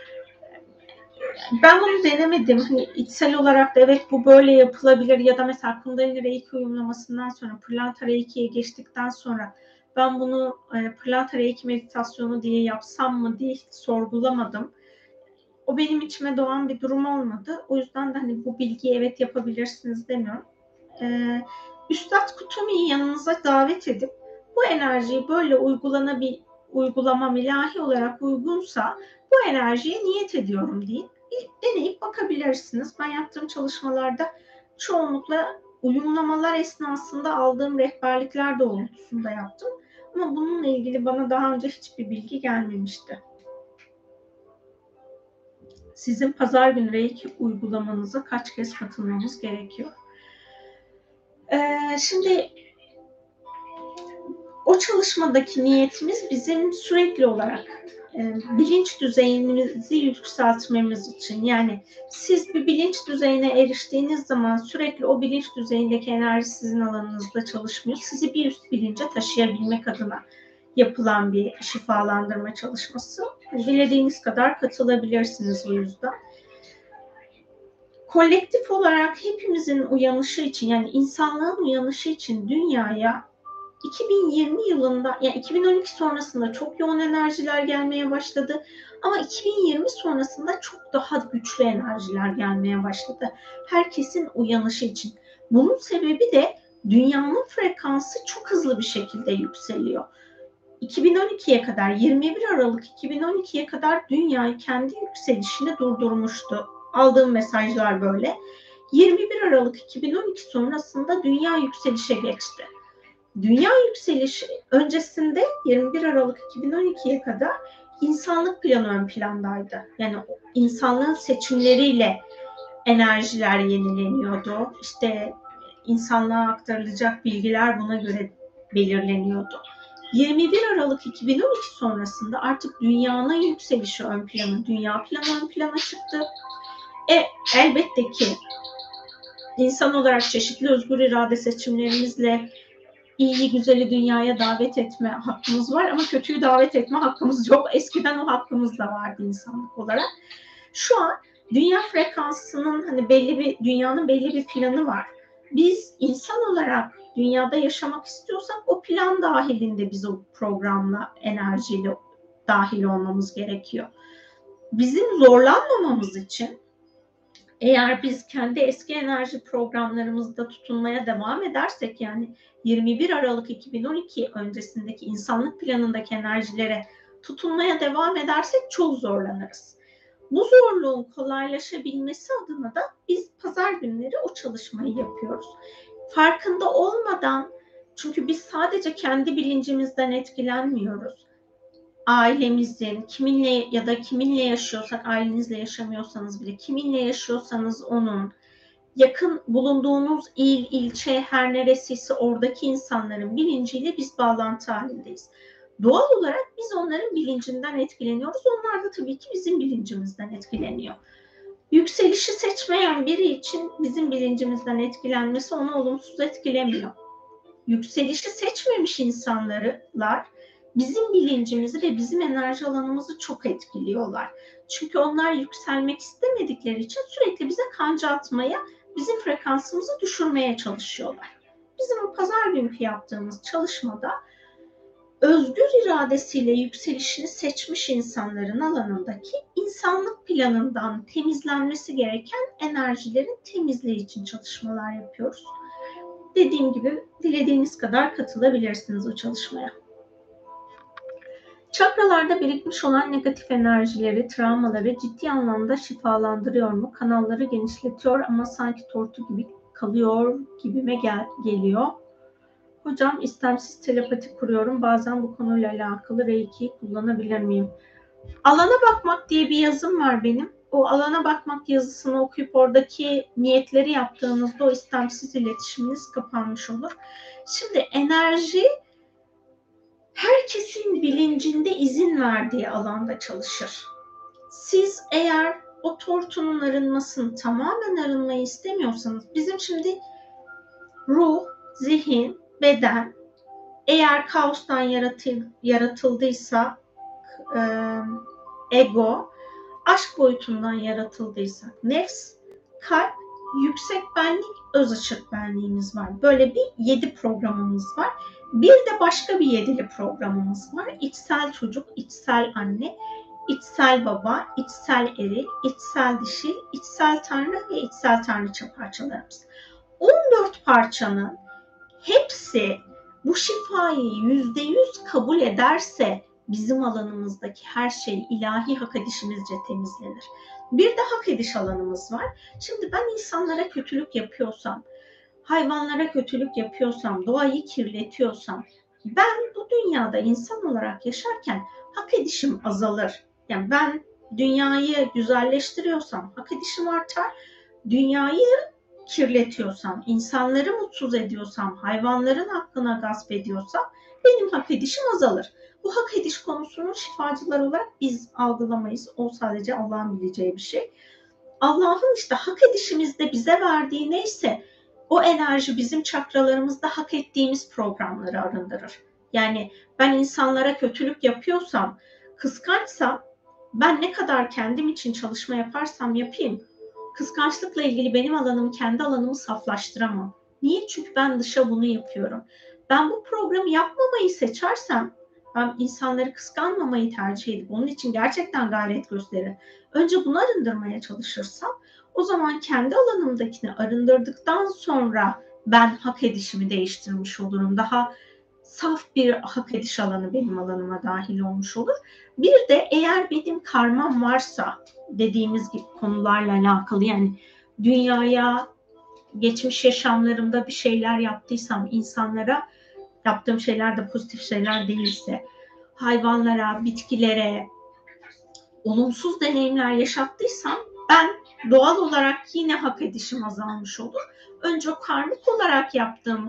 Ben bunu denemedim. Hani içsel olarak da evet bu böyle yapılabilir ya da mesela Kundalini Reiki uyumlamasından sonra Planta Reiki'ye geçtikten sonra ben bunu Planta Reiki meditasyonu diye yapsam mı diye hiç sorgulamadım. O benim içime doğan bir durum olmadı. O yüzden de hani bu bilgiyi evet yapabilirsiniz demiyorum. Üstad Kutumi'yi yanınıza davet edip bu enerjiyi böyle uygulamam ilahi olarak uygunsa bu enerjiye niyet ediyorum deyin. Bir deneyip bakabilirsiniz. Ben yaptığım çalışmalarda çoğunlukla uyumlamalar esnasında aldığım rehberlikler doğrultusunda yaptım. Ama bununla ilgili bana daha önce hiçbir bilgi gelmemişti. Sizin pazar günü Reiki uygulamanıza kaç kez katılmamız gerekiyor? Şimdi o çalışmadaki niyetimiz bizim sürekli olarak bilinç düzeyimizi yükseltmemiz için. Yani siz bir bilinç düzeyine eriştiğiniz zaman sürekli o bilinç düzeyindeki enerji sizin alanınızda çalışmıyor. Sizi bir üst bilince taşıyabilmek adına yapılan bir şifalandırma çalışması. Dilediğiniz kadar katılabilirsiniz o yüzden. Kolektif olarak hepimizin uyanışı için, yani insanlığın uyanışı için dünyaya 2020 yılında, yani 2012 sonrasında çok yoğun enerjiler gelmeye başladı. Ama 2020 sonrasında çok daha güçlü enerjiler gelmeye başladı. Herkesin uyanışı için. Bunun sebebi de dünyanın frekansı çok hızlı bir şekilde yükseliyor. 2012'ye kadar, 21 Aralık 2012'ye kadar dünya kendi yükselişini durdurmuştu. Aldığım mesajlar böyle. 21 Aralık 2012 sonrasında dünya yükselişe geçti. Dünya yükselişi öncesinde 21 Aralık 2012'ye kadar insanlık planı ön plandaydı. Yani insanlığın seçimleriyle enerjiler yenileniyordu. İşte insanlığa aktarılacak bilgiler buna göre belirleniyordu. 21 Aralık 2012 sonrasında artık dünyanın yükselişi ön plana, dünya planı ön plana çıktı. Elbette ki insan olarak çeşitli özgür irade seçimlerimizle İyiyi güzeli dünyaya davet etme hakkımız var ama kötüyü davet etme hakkımız yok. Eskiden o hakkımız da vardı insanlık olarak. Şu an dünya frekansının hani dünyanın belli bir planı var. Biz insan olarak dünyada yaşamak istiyorsak o plan dahilinde biz o programla, enerjiyle dahil olmamız gerekiyor. Bizim zorlanmamamız için eğer biz kendi eski enerji programlarımızda tutunmaya devam edersek, yani 21 Aralık 2012 öncesindeki insanlık planındaki enerjilere tutunmaya devam edersek çok zorlanırız. Bu zorluğun kolaylaşabilmesi adına da biz pazar günleri o çalışmayı yapıyoruz. Farkında olmadan, çünkü biz sadece kendi bilincimizden etkilenmiyoruz. Ailemizin, kiminle ya da kiminle yaşıyorsak, ailenizle yaşamıyorsanız bile kiminle yaşıyorsanız onun, yakın bulunduğunuz il, ilçe, her neresiyse oradaki insanların bilinciyle biz bağlantı halindeyiz. Doğal olarak biz onların bilincinden etkileniyoruz. Onlar da tabii ki bizim bilincimizden etkileniyor. Yükselişi seçmeyen biri için bizim bilincimizden etkilenmesi onu olumsuz etkilemiyor. Yükselişi seçmemiş insanlar bizim bilincimizi ve bizim enerji alanımızı çok etkiliyorlar. Çünkü onlar yükselmek istemedikleri için sürekli bize kanca atmaya, bizim frekansımızı düşürmeye çalışıyorlar. Bizim o pazar günkü yaptığımız çalışmada özgür iradesiyle yükselişini seçmiş insanların alanındaki insanlık planından temizlenmesi gereken enerjilerin temizliği için çalışmalar yapıyoruz. Dediğim gibi dilediğiniz kadar katılabilirsiniz o çalışmaya. Çakralarda birikmiş olan negatif enerjileri, travmaları ciddi anlamda şifalandırıyor mu? Kanalları genişletiyor ama sanki tortu gibi kalıyor gibime geliyor. Hocam istemsiz telepati kuruyorum. Bazen bu konuyla alakalı Reiki'yi kullanabilir miyim? Alana bakmak diye bir yazım var benim. O alana bakmak yazısını okuyup oradaki niyetleri yaptığınızda o istemsiz iletişiminiz kapanmış olur. Şimdi enerji herkesin bilincinde izin verdiği alanda çalışır. Siz eğer o tortunun arınmasını, tamamen arınmayı istemiyorsanız, bizim şimdi ruh, zihin, beden eğer kaostan yaratıldıysa, ego, aşk boyutundan yaratıldıysa, nefs, kalp, yüksek benlik, öz ışık benliğimiz var. Böyle bir 7 programımız var. Bir de başka bir 7'li programımız var. İçsel çocuk, içsel anne, içsel baba, içsel eril, içsel dişil, içsel tanrı ve içsel tanrıça parçalarımız. 14 parçanın hepsi bu şifayı %100 kabul ederse bizim alanımızdaki her şey ilahi hak edişimizce temizlenir. Bir de hak ediş alanımız var. Şimdi ben insanlara kötülük yapıyorsam, hayvanlara kötülük yapıyorsam, doğayı kirletiyorsam, ben bu dünyada insan olarak yaşarken hak edişim azalır. Yani ben dünyayı güzelleştiriyorsam hak edişim artar, dünyayı kirletiyorsam, insanları mutsuz ediyorsam, hayvanların hakkına gasp ediyorsam benim hak edişim azalır. Bu hak ediş konusunu şifacılar olarak biz algılamayız. O sadece Allah'ın bileceği bir şey. Allah'ın işte hak edişimizde bize verdiği neyse o enerji bizim çakralarımızda hak ettiğimiz programları arındırır. Yani ben insanlara kötülük yapıyorsam, kıskançsam, ben ne kadar kendim için çalışma yaparsam yapayım, kıskançlıkla ilgili benim alanımı, kendi alanımı saflaştıramam. Niye? Çünkü ben dışa bunu yapıyorum. Ben bu programı yapmamayı seçersem, ben insanları kıskanmamayı tercih edip onun için gerçekten gayret gösterir. Önce bunu arındırmaya çalışırsam, o zaman kendi alanımdakini arındırdıktan sonra ben hak edişimi değiştirmiş olurum. Daha saf bir hak ediş alanı benim alanıma dahil olmuş olur. Bir de eğer benim karmam varsa, dediğimiz gibi konularla alakalı, yani dünyaya, geçmiş yaşamlarımda bir şeyler yaptıysam, insanlara yaptığım şeyler de pozitif şeyler değilse, hayvanlara, bitkilere olumsuz deneyimler yaşattıysam ben doğal olarak yine hak edişim azalmış olur. Önce o karmik olarak yaptığım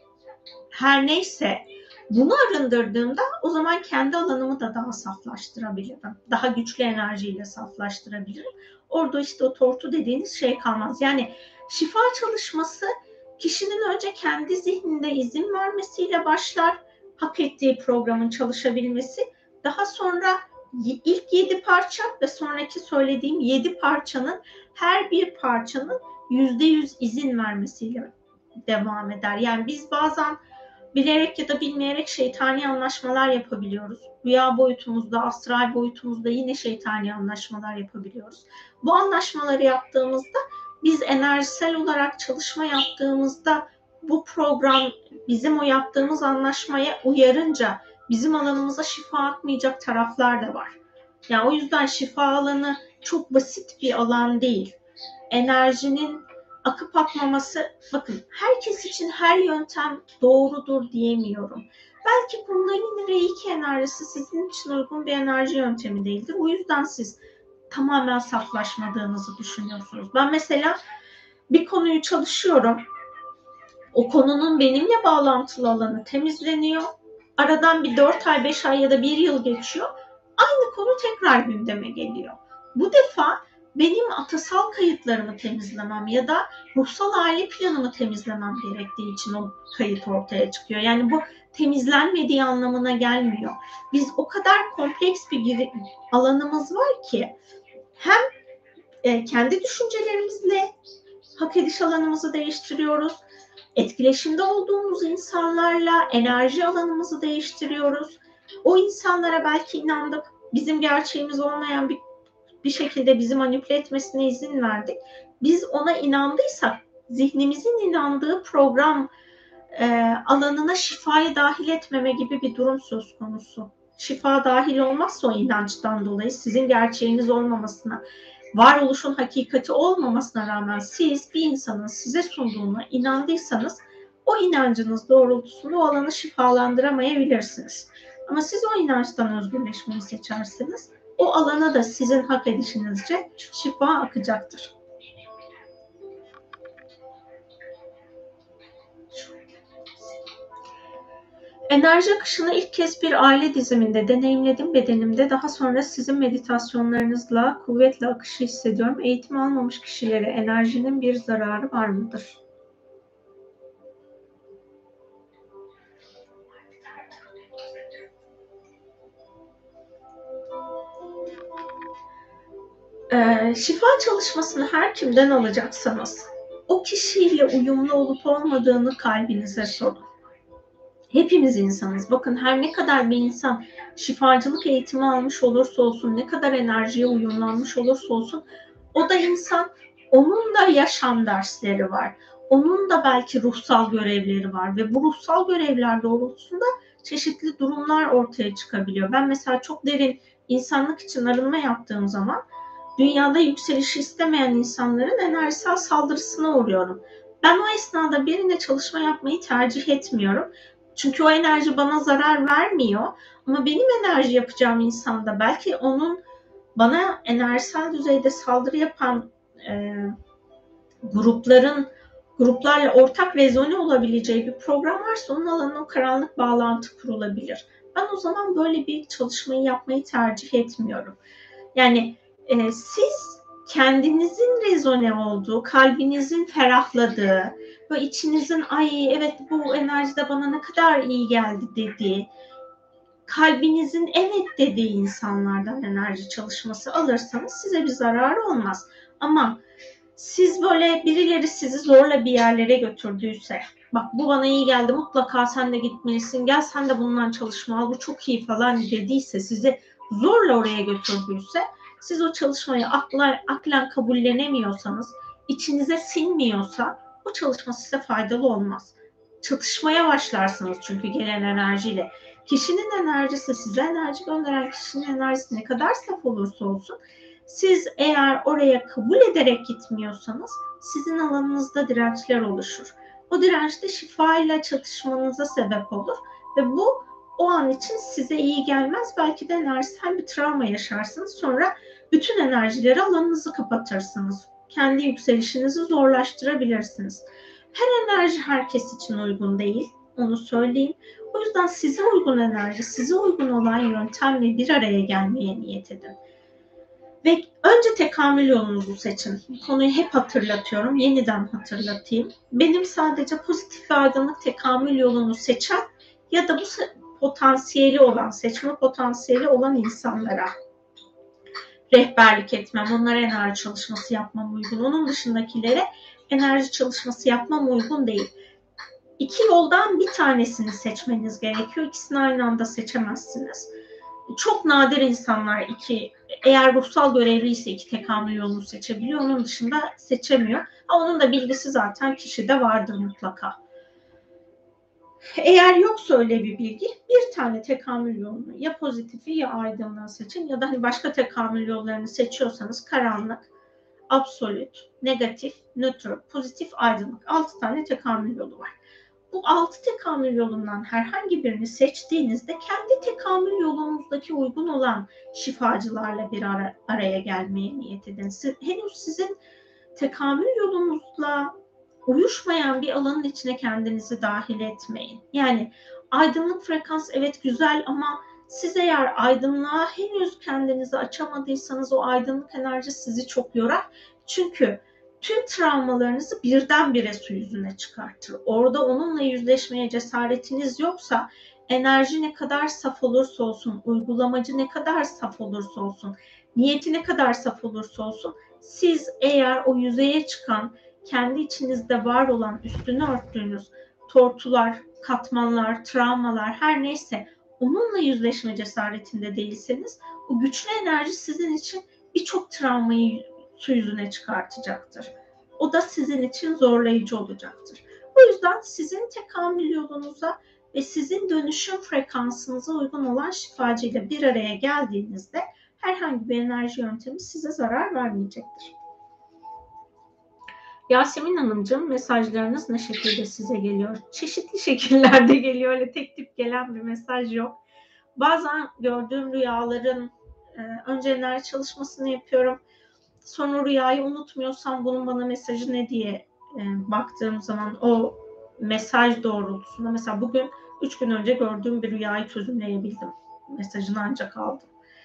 her neyse bunu arındırdığımda o zaman kendi alanımı da daha saflaştırabilirim. Daha güçlü enerjiyle saflaştırabilirim. Orada işte o tortu dediğiniz şey kalmaz. Yani şifa çalışması kişinin önce kendi zihninde izin vermesiyle başlar. Hak ettiği programın çalışabilmesi. Daha sonra ilk 7 parça ve sonraki söylediğim 7 parçanın her bir parçanın %100 izin vermesiyle devam eder. Yani biz bazen bilerek ya da bilmeyerek şeytani anlaşmalar yapabiliyoruz. Rüya boyutumuzda, astral boyutumuzda yine şeytani anlaşmalar yapabiliyoruz. Bu anlaşmaları yaptığımızda biz enerjisel olarak çalışma yaptığımızda bu program bizim o yaptığımız anlaşmaya uyarınca bizim alanımıza şifa akmayacak taraflar da var. Yani o yüzden şifa alanı çok basit bir alan değil. Enerjinin akıp akmaması, bakın herkes için her yöntem doğrudur diyemiyorum. Belki Kundalini Reiki enerjisi sizin için uygun bir enerji yöntemi değildir. O yüzden siz tamamen saflaşmadığınızı düşünüyorsunuz. Ben mesela bir konuyu çalışıyorum. O konunun benimle bağlantılı alanı temizleniyor. Aradan bir 4 ay, 5 ay ya da 1 yıl geçiyor. Aynı konu tekrar gündeme geliyor. Bu defa benim atasal kayıtlarımı temizlemem ya da ruhsal aile planımı temizlemem gerektiği için o kayıt ortaya çıkıyor. Yani bu temizlenmediği anlamına gelmiyor. Biz o kadar kompleks bir alanımız var ki hem kendi düşüncelerimizle hak ediş alanımızı değiştiriyoruz. Etkileşimde olduğumuz insanlarla enerji alanımızı değiştiriyoruz. O insanlara belki inandık, bizim gerçeğimiz olmayan bir şekilde bizi manipüle etmesine izin verdik. Biz ona inandıysak, zihnimizin inandığı program alanına şifayı dahil etmeme gibi bir durum söz konusu. şifa dahil olmazsa o inançtan dolayı sizin gerçeğiniz olmamasına, varoluşun hakikati olmamasına rağmen siz bir insanın size sunduğuna inandıysanız o inancınız doğrultusunda o alanı şifalandıramayabilirsiniz. Ama siz o inançtan özgürleşmeyi seçerseniz o alana da sizin hak edişinizce şifa akacaktır. Enerji akışını ilk kez bir aile diziminde deneyimledim bedenimde. Daha sonra sizin meditasyonlarınızla kuvvetle akışı hissediyorum. Eğitim almamış kişilere enerjinin bir zararı var mıdır? Şifa çalışmasını her kimden alacaksanız o kişiyle uyumlu olup olmadığını kalbinize sorun. Hepimiz insanız. Bakın her ne kadar bir insan şifacılık eğitimi almış olursa olsun, ne kadar enerjiye uyumlanmış olursa olsun, o da insan, onun da yaşam dersleri var. Onun da belki ruhsal görevleri var ve bu ruhsal görevler doğrultusunda çeşitli durumlar ortaya çıkabiliyor. Ben mesela çok derin insanlık için arınma yaptığım zaman dünyada yükselişi istemeyen insanların enerjisel saldırısına uğruyorum. Ben o esnada birine çalışma yapmayı tercih etmiyorum. Çünkü o enerji bana zarar vermiyor. Ama benim enerji yapacağım insanda belki onun bana enerjisel düzeyde saldırı yapan gruplarla ortak rezone olabileceği bir program varsa onun alanına o karanlık bağlantı kurulabilir. Ben o zaman böyle bir çalışmayı yapmayı tercih etmiyorum. Yani siz kendinizin rezone olduğu, kalbinizin ferahladığı ve içinizin ay evet bu enerjide bana ne kadar iyi geldi dediği, kalbinizin evet dediği insanlardan enerji çalışması alırsanız size bir zararı olmaz. Ama siz böyle birileri sizi zorla bir yerlere götürdüyse, bak bu bana iyi geldi mutlaka sen de gitmelisin, gel sen de bundan çalışma al bu çok iyi falan dediyse, sizi zorla oraya götürdüyse, siz o çalışmayı aklen kabullenemiyorsanız, içinize sinmiyorsa o çalışma size faydalı olmaz. Çatışmaya başlarsınız çünkü gelen enerjiyle. Kişinin enerjisi, size enerji gönderen kişinin enerjisi ne kadar saf olursa olsun, siz eğer oraya kabul ederek gitmiyorsanız sizin alanınızda dirençler oluşur. O direnç de şifayla çatışmanıza sebep olur ve bu o an için size iyi gelmez. Belki de enerjisel bir travma yaşarsınız. Sonra bütün enerjileri alanınızı kapatırsınız. Kendi yükselişinizi zorlaştırabilirsiniz. Her enerji herkes için uygun değil. Onu söyleyeyim. O yüzden size uygun enerji, size uygun olan yöntemle bir araya gelmeye niyet edin. Ve önce tekamül yolunuzu seçin. Bu konuyu hep hatırlatıyorum. Yeniden hatırlatayım. Benim sadece pozitif ve aydınlık tekamül yolunu seçen ya da bu potansiyeli olan, seçme potansiyeli olan insanlara rehberlik etmem. Onlara enerji çalışması yapmam uygun. Onun dışındakilere enerji çalışması yapmam uygun değil. İki yoldan bir tanesini seçmeniz gerekiyor. İkisini aynı anda seçemezsiniz. Çok nadir insanlar eğer ruhsal görevliyse iki tekamül yolunu seçebiliyor. Onun dışında seçemiyor. Ama onun da bilgisi zaten kişide vardır mutlaka. Eğer yoksa öyle bir bilgi, bir tane tekamül yolunu ya pozitifi ya aydınlığı seçin ya da hani başka tekamül yollarını seçiyorsanız karanlık, absolut, negatif, nötr, pozitif, aydınlık 6 tane tekamül yolu var. Bu 6 tekamül yolundan herhangi birini seçtiğinizde kendi tekamül yolunuzdaki uygun olan şifacılarla bir araya gelmeye niyet edin. Henüz sizin tekamül yolunuzla uyuşmayan bir alanın içine kendinizi dahil etmeyin. Yani aydınlık frekans evet güzel ama siz eğer aydınlığa henüz kendinizi açamadıysanız o aydınlık enerji sizi çok yorar. Çünkü tüm travmalarınızı birdenbire su yüzüne çıkartır. Orada onunla yüzleşmeye cesaretiniz yoksa enerji ne kadar saf olursa olsun, uygulamacı ne kadar saf olursa olsun, niyeti ne kadar saf olursa olsun, siz eğer o yüzeye çıkan, kendi içinizde var olan, üstünü örttüğünüz tortular, katmanlar, travmalar her neyse onunla yüzleşme cesaretinde değilseniz o güçlü enerji sizin için birçok travmayı su yüzüne çıkartacaktır. O da sizin için zorlayıcı olacaktır. O yüzden sizin tekamül yolunuza ve sizin dönüşüm frekansınıza uygun olan şifacıyla bir araya geldiğinizde herhangi bir enerji yöntemi size zarar vermeyecektir. Yasemin Hanımcığım, mesajlarınız ne şekilde size geliyor? Çeşitli şekillerde geliyor. Öyle tek tip gelen bir mesaj yok. Bazen gördüğüm rüyaların önce enerji çalışmasını yapıyorum. Sonra rüyayı unutmuyorsam bunun bana mesajı ne diye baktığım zaman o mesaj doğrultusunda, mesela bugün 3 gün önce gördüğüm bir rüyayı çözümleyebildim. Mesajını ancak aldım.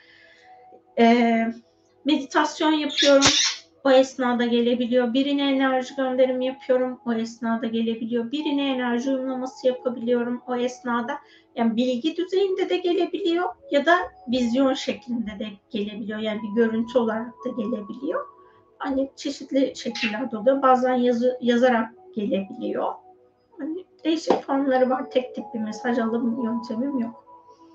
Meditasyon yapıyorum. O esnada gelebiliyor. Birine enerji gönderimi yapıyorum. O esnada gelebiliyor. Birine enerji uyumlaması yapabiliyorum. O esnada, yani bilgi düzeyinde de gelebiliyor ya da vizyon şeklinde de gelebiliyor. Yani bir görüntü olarak da gelebiliyor. Hani çeşitli şekillerde oluyor. Bazen yazarak gelebiliyor. Hani değişik formları var. Tek tip bir mesaj alım yöntemim yok.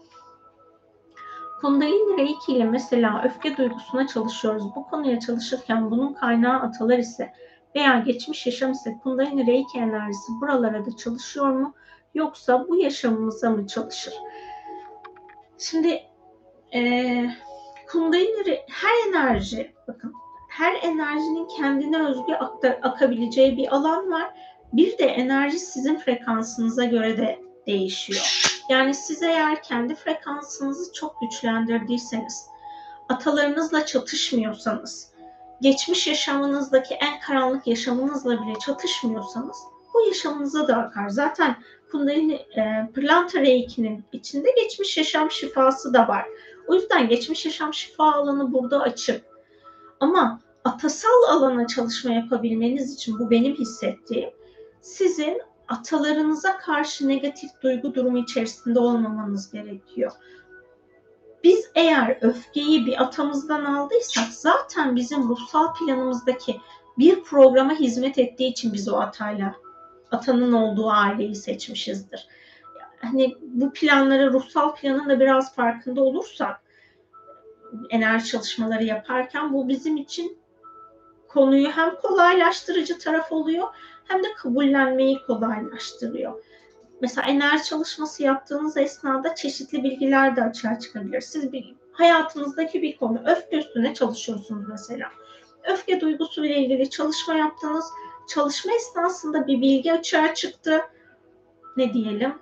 Kundalini Reiki ile mesela öfke duygusuna çalışıyoruz. Bu konuya çalışırken bunun kaynağı atalar ise veya geçmiş yaşam ise Kundalini Reiki enerjisi buralara da çalışıyor mu? Yoksa bu yaşamımıza mı çalışır? Şimdi Kundalini, her enerji, bakın, her enerjinin kendine özgü akabileceği bir alan var. Bir de enerji sizin frekansınıza göre de değişiyor. Yani siz eğer kendi frekansınızı çok güçlendirdiyseniz, atalarınızla çatışmıyorsanız, geçmiş yaşamınızdaki en karanlık yaşamınızla bile çatışmıyorsanız bu yaşamınıza da akar. Zaten Kundalini Pırlanta Reiki'nin içinde geçmiş yaşam şifası da var. O yüzden geçmiş yaşam şifa alanı burada açık. Ama atasal alana çalışma yapabilmeniz için, bu benim hissettiğim, sizin atalarınıza karşı negatif duygu durumu içerisinde olmamanız gerekiyor. Biz eğer öfkeyi bir atamızdan aldıysak zaten bizim ruhsal planımızdaki bir programa hizmet ettiği için biz o atayla, atanın olduğu aileyi seçmişizdir. Hani bu planları, ruhsal planın da biraz farkında olursak enerji çalışmaları yaparken, bu bizim için konuyu hem kolaylaştırıcı taraf oluyor hem de kabullenmeyi kolaylaştırıyor. Mesela enerji çalışması yaptığınız esnada çeşitli bilgiler de açığa çıkabilir. Siz hayatınızdaki bir konu, öfke üstüne çalışıyorsunuz mesela. Öfke duygusu ile ilgili çalışma yaptınız. Çalışma esnasında bir bilgi açığa çıktı. Ne diyelim?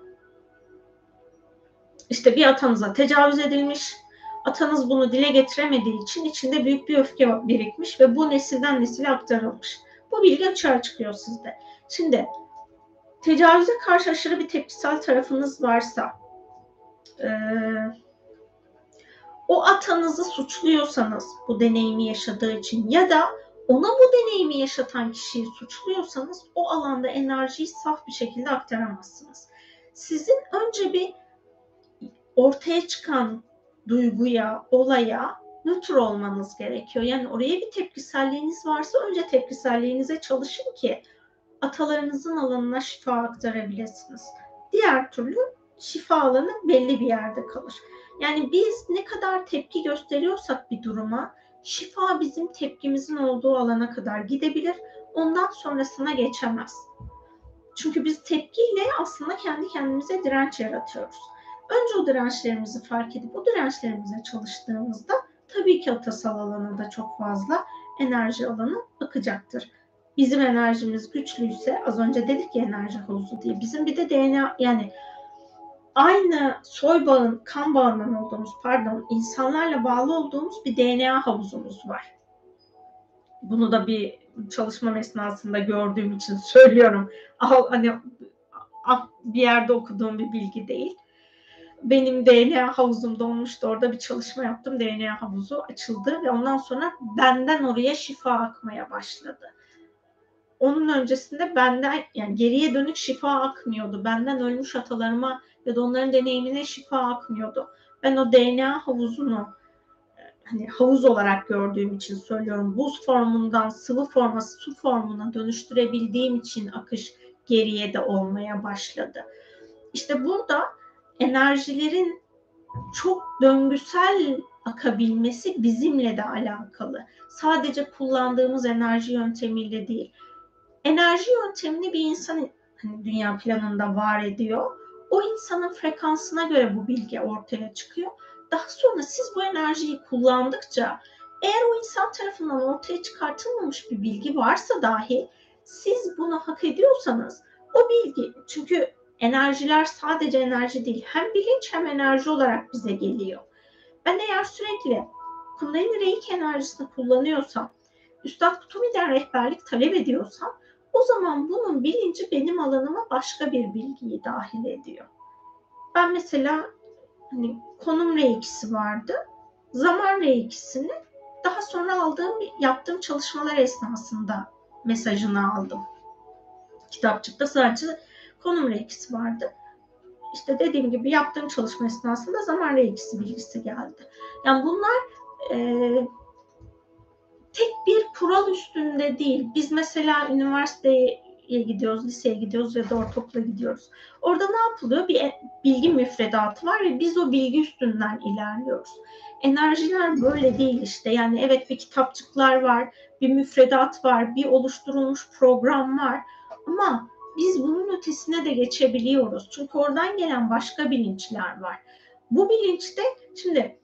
İşte bir atanıza tecavüz edilmiş. Atanız bunu dile getiremediği için içinde büyük bir öfke birikmiş ve bu nesilden nesile aktarılmış. Bu bilgi açığa çıkıyor sizde. Şimdi tecavüze karşı aşırı bir tepkisel tarafınız varsa, o atanızı suçluyorsanız bu deneyimi yaşadığı için ya da ona bu deneyimi yaşatan kişiyi suçluyorsanız o alanda enerjiyi saf bir şekilde aktaramazsınız. Sizin önce bir ortaya çıkan duyguya, olaya nötr olmanız gerekiyor. Yani oraya bir tepkiselliğiniz varsa önce tepkiselliğinize çalışın ki atalarınızın alanına şifa aktarabilirsiniz. Diğer türlü şifa alanı belli bir yerde kalır. Yani biz ne kadar tepki gösteriyorsak bir duruma, şifa bizim tepkimizin olduğu alana kadar gidebilir. Ondan sonrasına geçemez. Çünkü biz tepkiyle aslında kendi kendimize direnç yaratıyoruz. Önce o dirençlerimizi fark edip o dirençlerimize çalıştığımızda tabii ki atasal alana da çok fazla enerji alanı akacaktır. Bizim enerjimiz güçlüyse, az önce dedik ya enerji havuzu diye, bizim bir de DNA, yani aynı soy bağın, kan bağından olduğumuz, insanlarla bağlı olduğumuz bir DNA havuzumuz var. Bunu da bir çalışmam esnasında gördüğüm için söylüyorum. Hani bir yerde okuduğum bir bilgi değil. Benim DNA havuzum donmuştu. Orada bir çalışma yaptım. DNA havuzu açıldı ve ondan sonra benden oraya şifa akmaya başladı. Onun öncesinde benden, yani geriye dönük şifa akmıyordu. Benden ölmüş atalarıma ya da onların deneyimine şifa akmıyordu. Ben o DNA havuzunu hani havuz olarak gördüğüm için söylüyorum. Buz formundan sıvı forma, su formuna dönüştürebildiğim için akış geriye de olmaya başladı. İşte burada enerjilerin çok döngüsel akabilmesi bizimle de alakalı. Sadece kullandığımız enerji yöntemiyle değil. Enerji yöntemini bir insan hani dünya planında var ediyor. O insanın frekansına göre bu bilgi ortaya çıkıyor. Daha sonra siz bu enerjiyi kullandıkça eğer o insan tarafından ortaya çıkartılmamış bir bilgi varsa dahi siz bunu hak ediyorsanız o bilgi, çünkü enerjiler sadece enerji değil, hem bilinç hem enerji olarak bize geliyor. Ben eğer sürekli Kundalini Reiki enerjisini kullanıyorsam, Üstad Kutumi'den rehberlik talep ediyorsam, o zaman bunun bilinci benim alanıma başka bir bilgiyi dahil ediyor. Ben mesela hani konum reikisi vardı. Zaman reikisini daha sonra yaptığım çalışmalar esnasında mesajını aldım. Kitapçıkta sadece konum reikisi vardı. İşte dediğim gibi yaptığım çalışma esnasında zaman reikisi bilgisi geldi. Yani bunlar tek bir kural üstünde değil. Biz mesela üniversiteye gidiyoruz, liseye gidiyoruz ya da ortaokula gidiyoruz. Orada ne yapılıyor? Bir bilgi müfredatı var ve biz o bilgi üstünden ilerliyoruz. Enerjiler böyle değil işte. Yani evet, bir kitapçıklar var, bir müfredat var, bir oluşturulmuş program var. Ama biz bunun ötesine de geçebiliyoruz. Çünkü oradan gelen başka bilinçler var. Bu bilinçte şimdi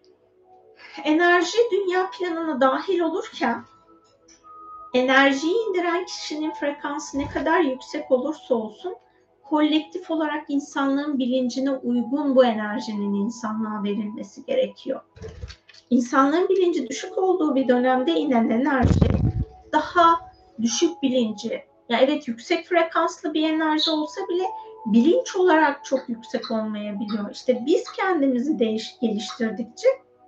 enerji dünya planına dahil olurken enerjiyi indiren kişinin frekansı ne kadar yüksek olursa olsun kolektif olarak insanlığın bilincine uygun bu enerjinin insanlığa verilmesi gerekiyor. İnsanlığın bilinci düşük olduğu bir dönemde inen enerji daha düşük bilinci, yani evet yüksek frekanslı bir enerji olsa bile bilinç olarak çok yüksek olmayabiliyor. İşte biz kendimizi geliştirdikçe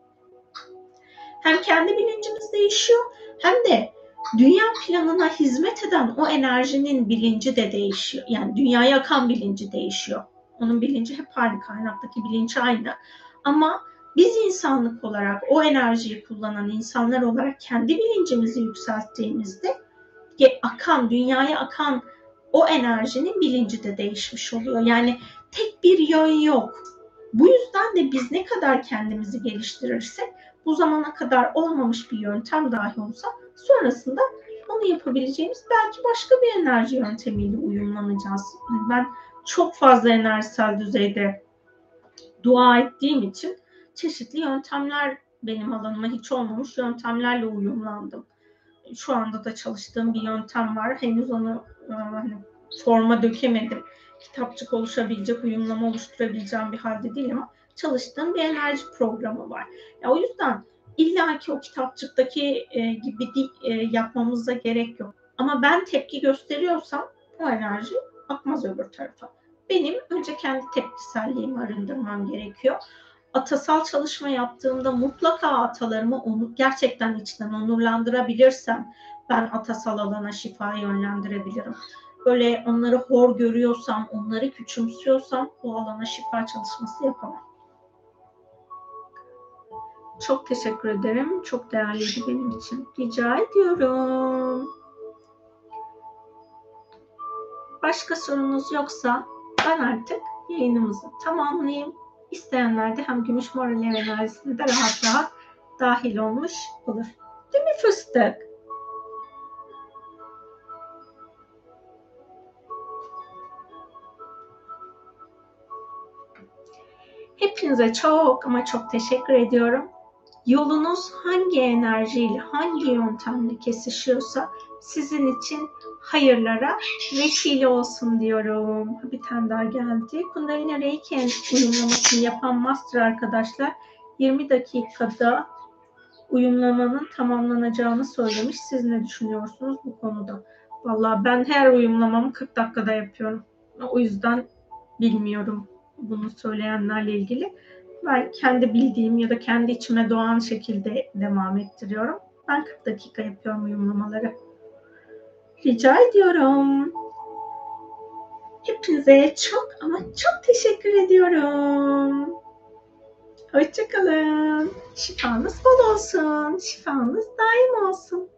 hem kendi bilincimiz değişiyor hem de dünya planına hizmet eden o enerjinin bilinci de değişiyor. Yani dünyaya akan bilinci değişiyor. Onun bilinci hep aynı, kaynaktaki bilinç aynı. Ama biz insanlık olarak o enerjiyi kullanan insanlar olarak kendi bilincimizi yükselttiğimizde dünyaya akan o enerjinin bilinci de değişmiş oluyor. Yani tek bir yön yok. Bu yüzden de biz ne kadar kendimizi geliştirirsek, bu zamana kadar olmamış bir yöntem dahi olsa sonrasında onu yapabileceğimiz belki başka bir enerji yöntemiyle uyumlanacağız. Ben çok fazla enerjisel düzeyde dua ettiğim için çeşitli yöntemler, benim alanıma hiç olmamış yöntemlerle uyumlandım. Şu anda da çalıştığım bir yöntem var. Henüz onu forma dökemedim. Kitapçık oluşabilecek, uyumlama oluşturabileceğim bir halde değil ama çalıştığım bir enerji programı var. Ya o yüzden illaki o kitapçıktaki gibi yapmamıza gerek yok. Ama ben tepki gösteriyorsam o enerji akmaz öbür tarafa. Benim önce kendi tepkiselliğimi arındırmam gerekiyor. Atasal çalışma yaptığımda mutlaka atalarımı gerçekten içten onurlandırabilirsem ben atasal alana şifa yönlendirebilirim. Böyle onları hor görüyorsam, onları küçümsüyorsam o alana şifa çalışması yapamam. Çok teşekkür ederim. Çok değerliydi benim için. Rica ediyorum. Başka sorunuz yoksa ben artık yayınımızı tamamlayayım. İsteyenler de hem gümüş mor alev enerjisine de rahat rahat dahil olmuş olur. Değil mi fıstık? Hepinize çok ama çok teşekkür ediyorum. Yolunuz hangi enerjiyle, hangi yöntemle kesişiyorsa sizin için hayırlara vesile olsun diyorum. Bir tane daha geldi. Kundalini Reiki uyumlamasını yapan master arkadaşlar 20 dakikada uyumlamanın tamamlanacağını söylemiş. Siz ne düşünüyorsunuz bu konuda? Vallahi ben her uyumlamamı 40 dakikada yapıyorum. O yüzden bilmiyorum bunu söyleyenlerle ilgili. Ben kendi bildiğim ya da kendi içime doğan şekilde devam ettiriyorum. Ben 40 dakika yapıyorum uyumlamaları. Rica ediyorum. Hepinize çok ama çok teşekkür ediyorum. Hoşça kalın. Şifanız bol olsun. Şifanız daim olsun.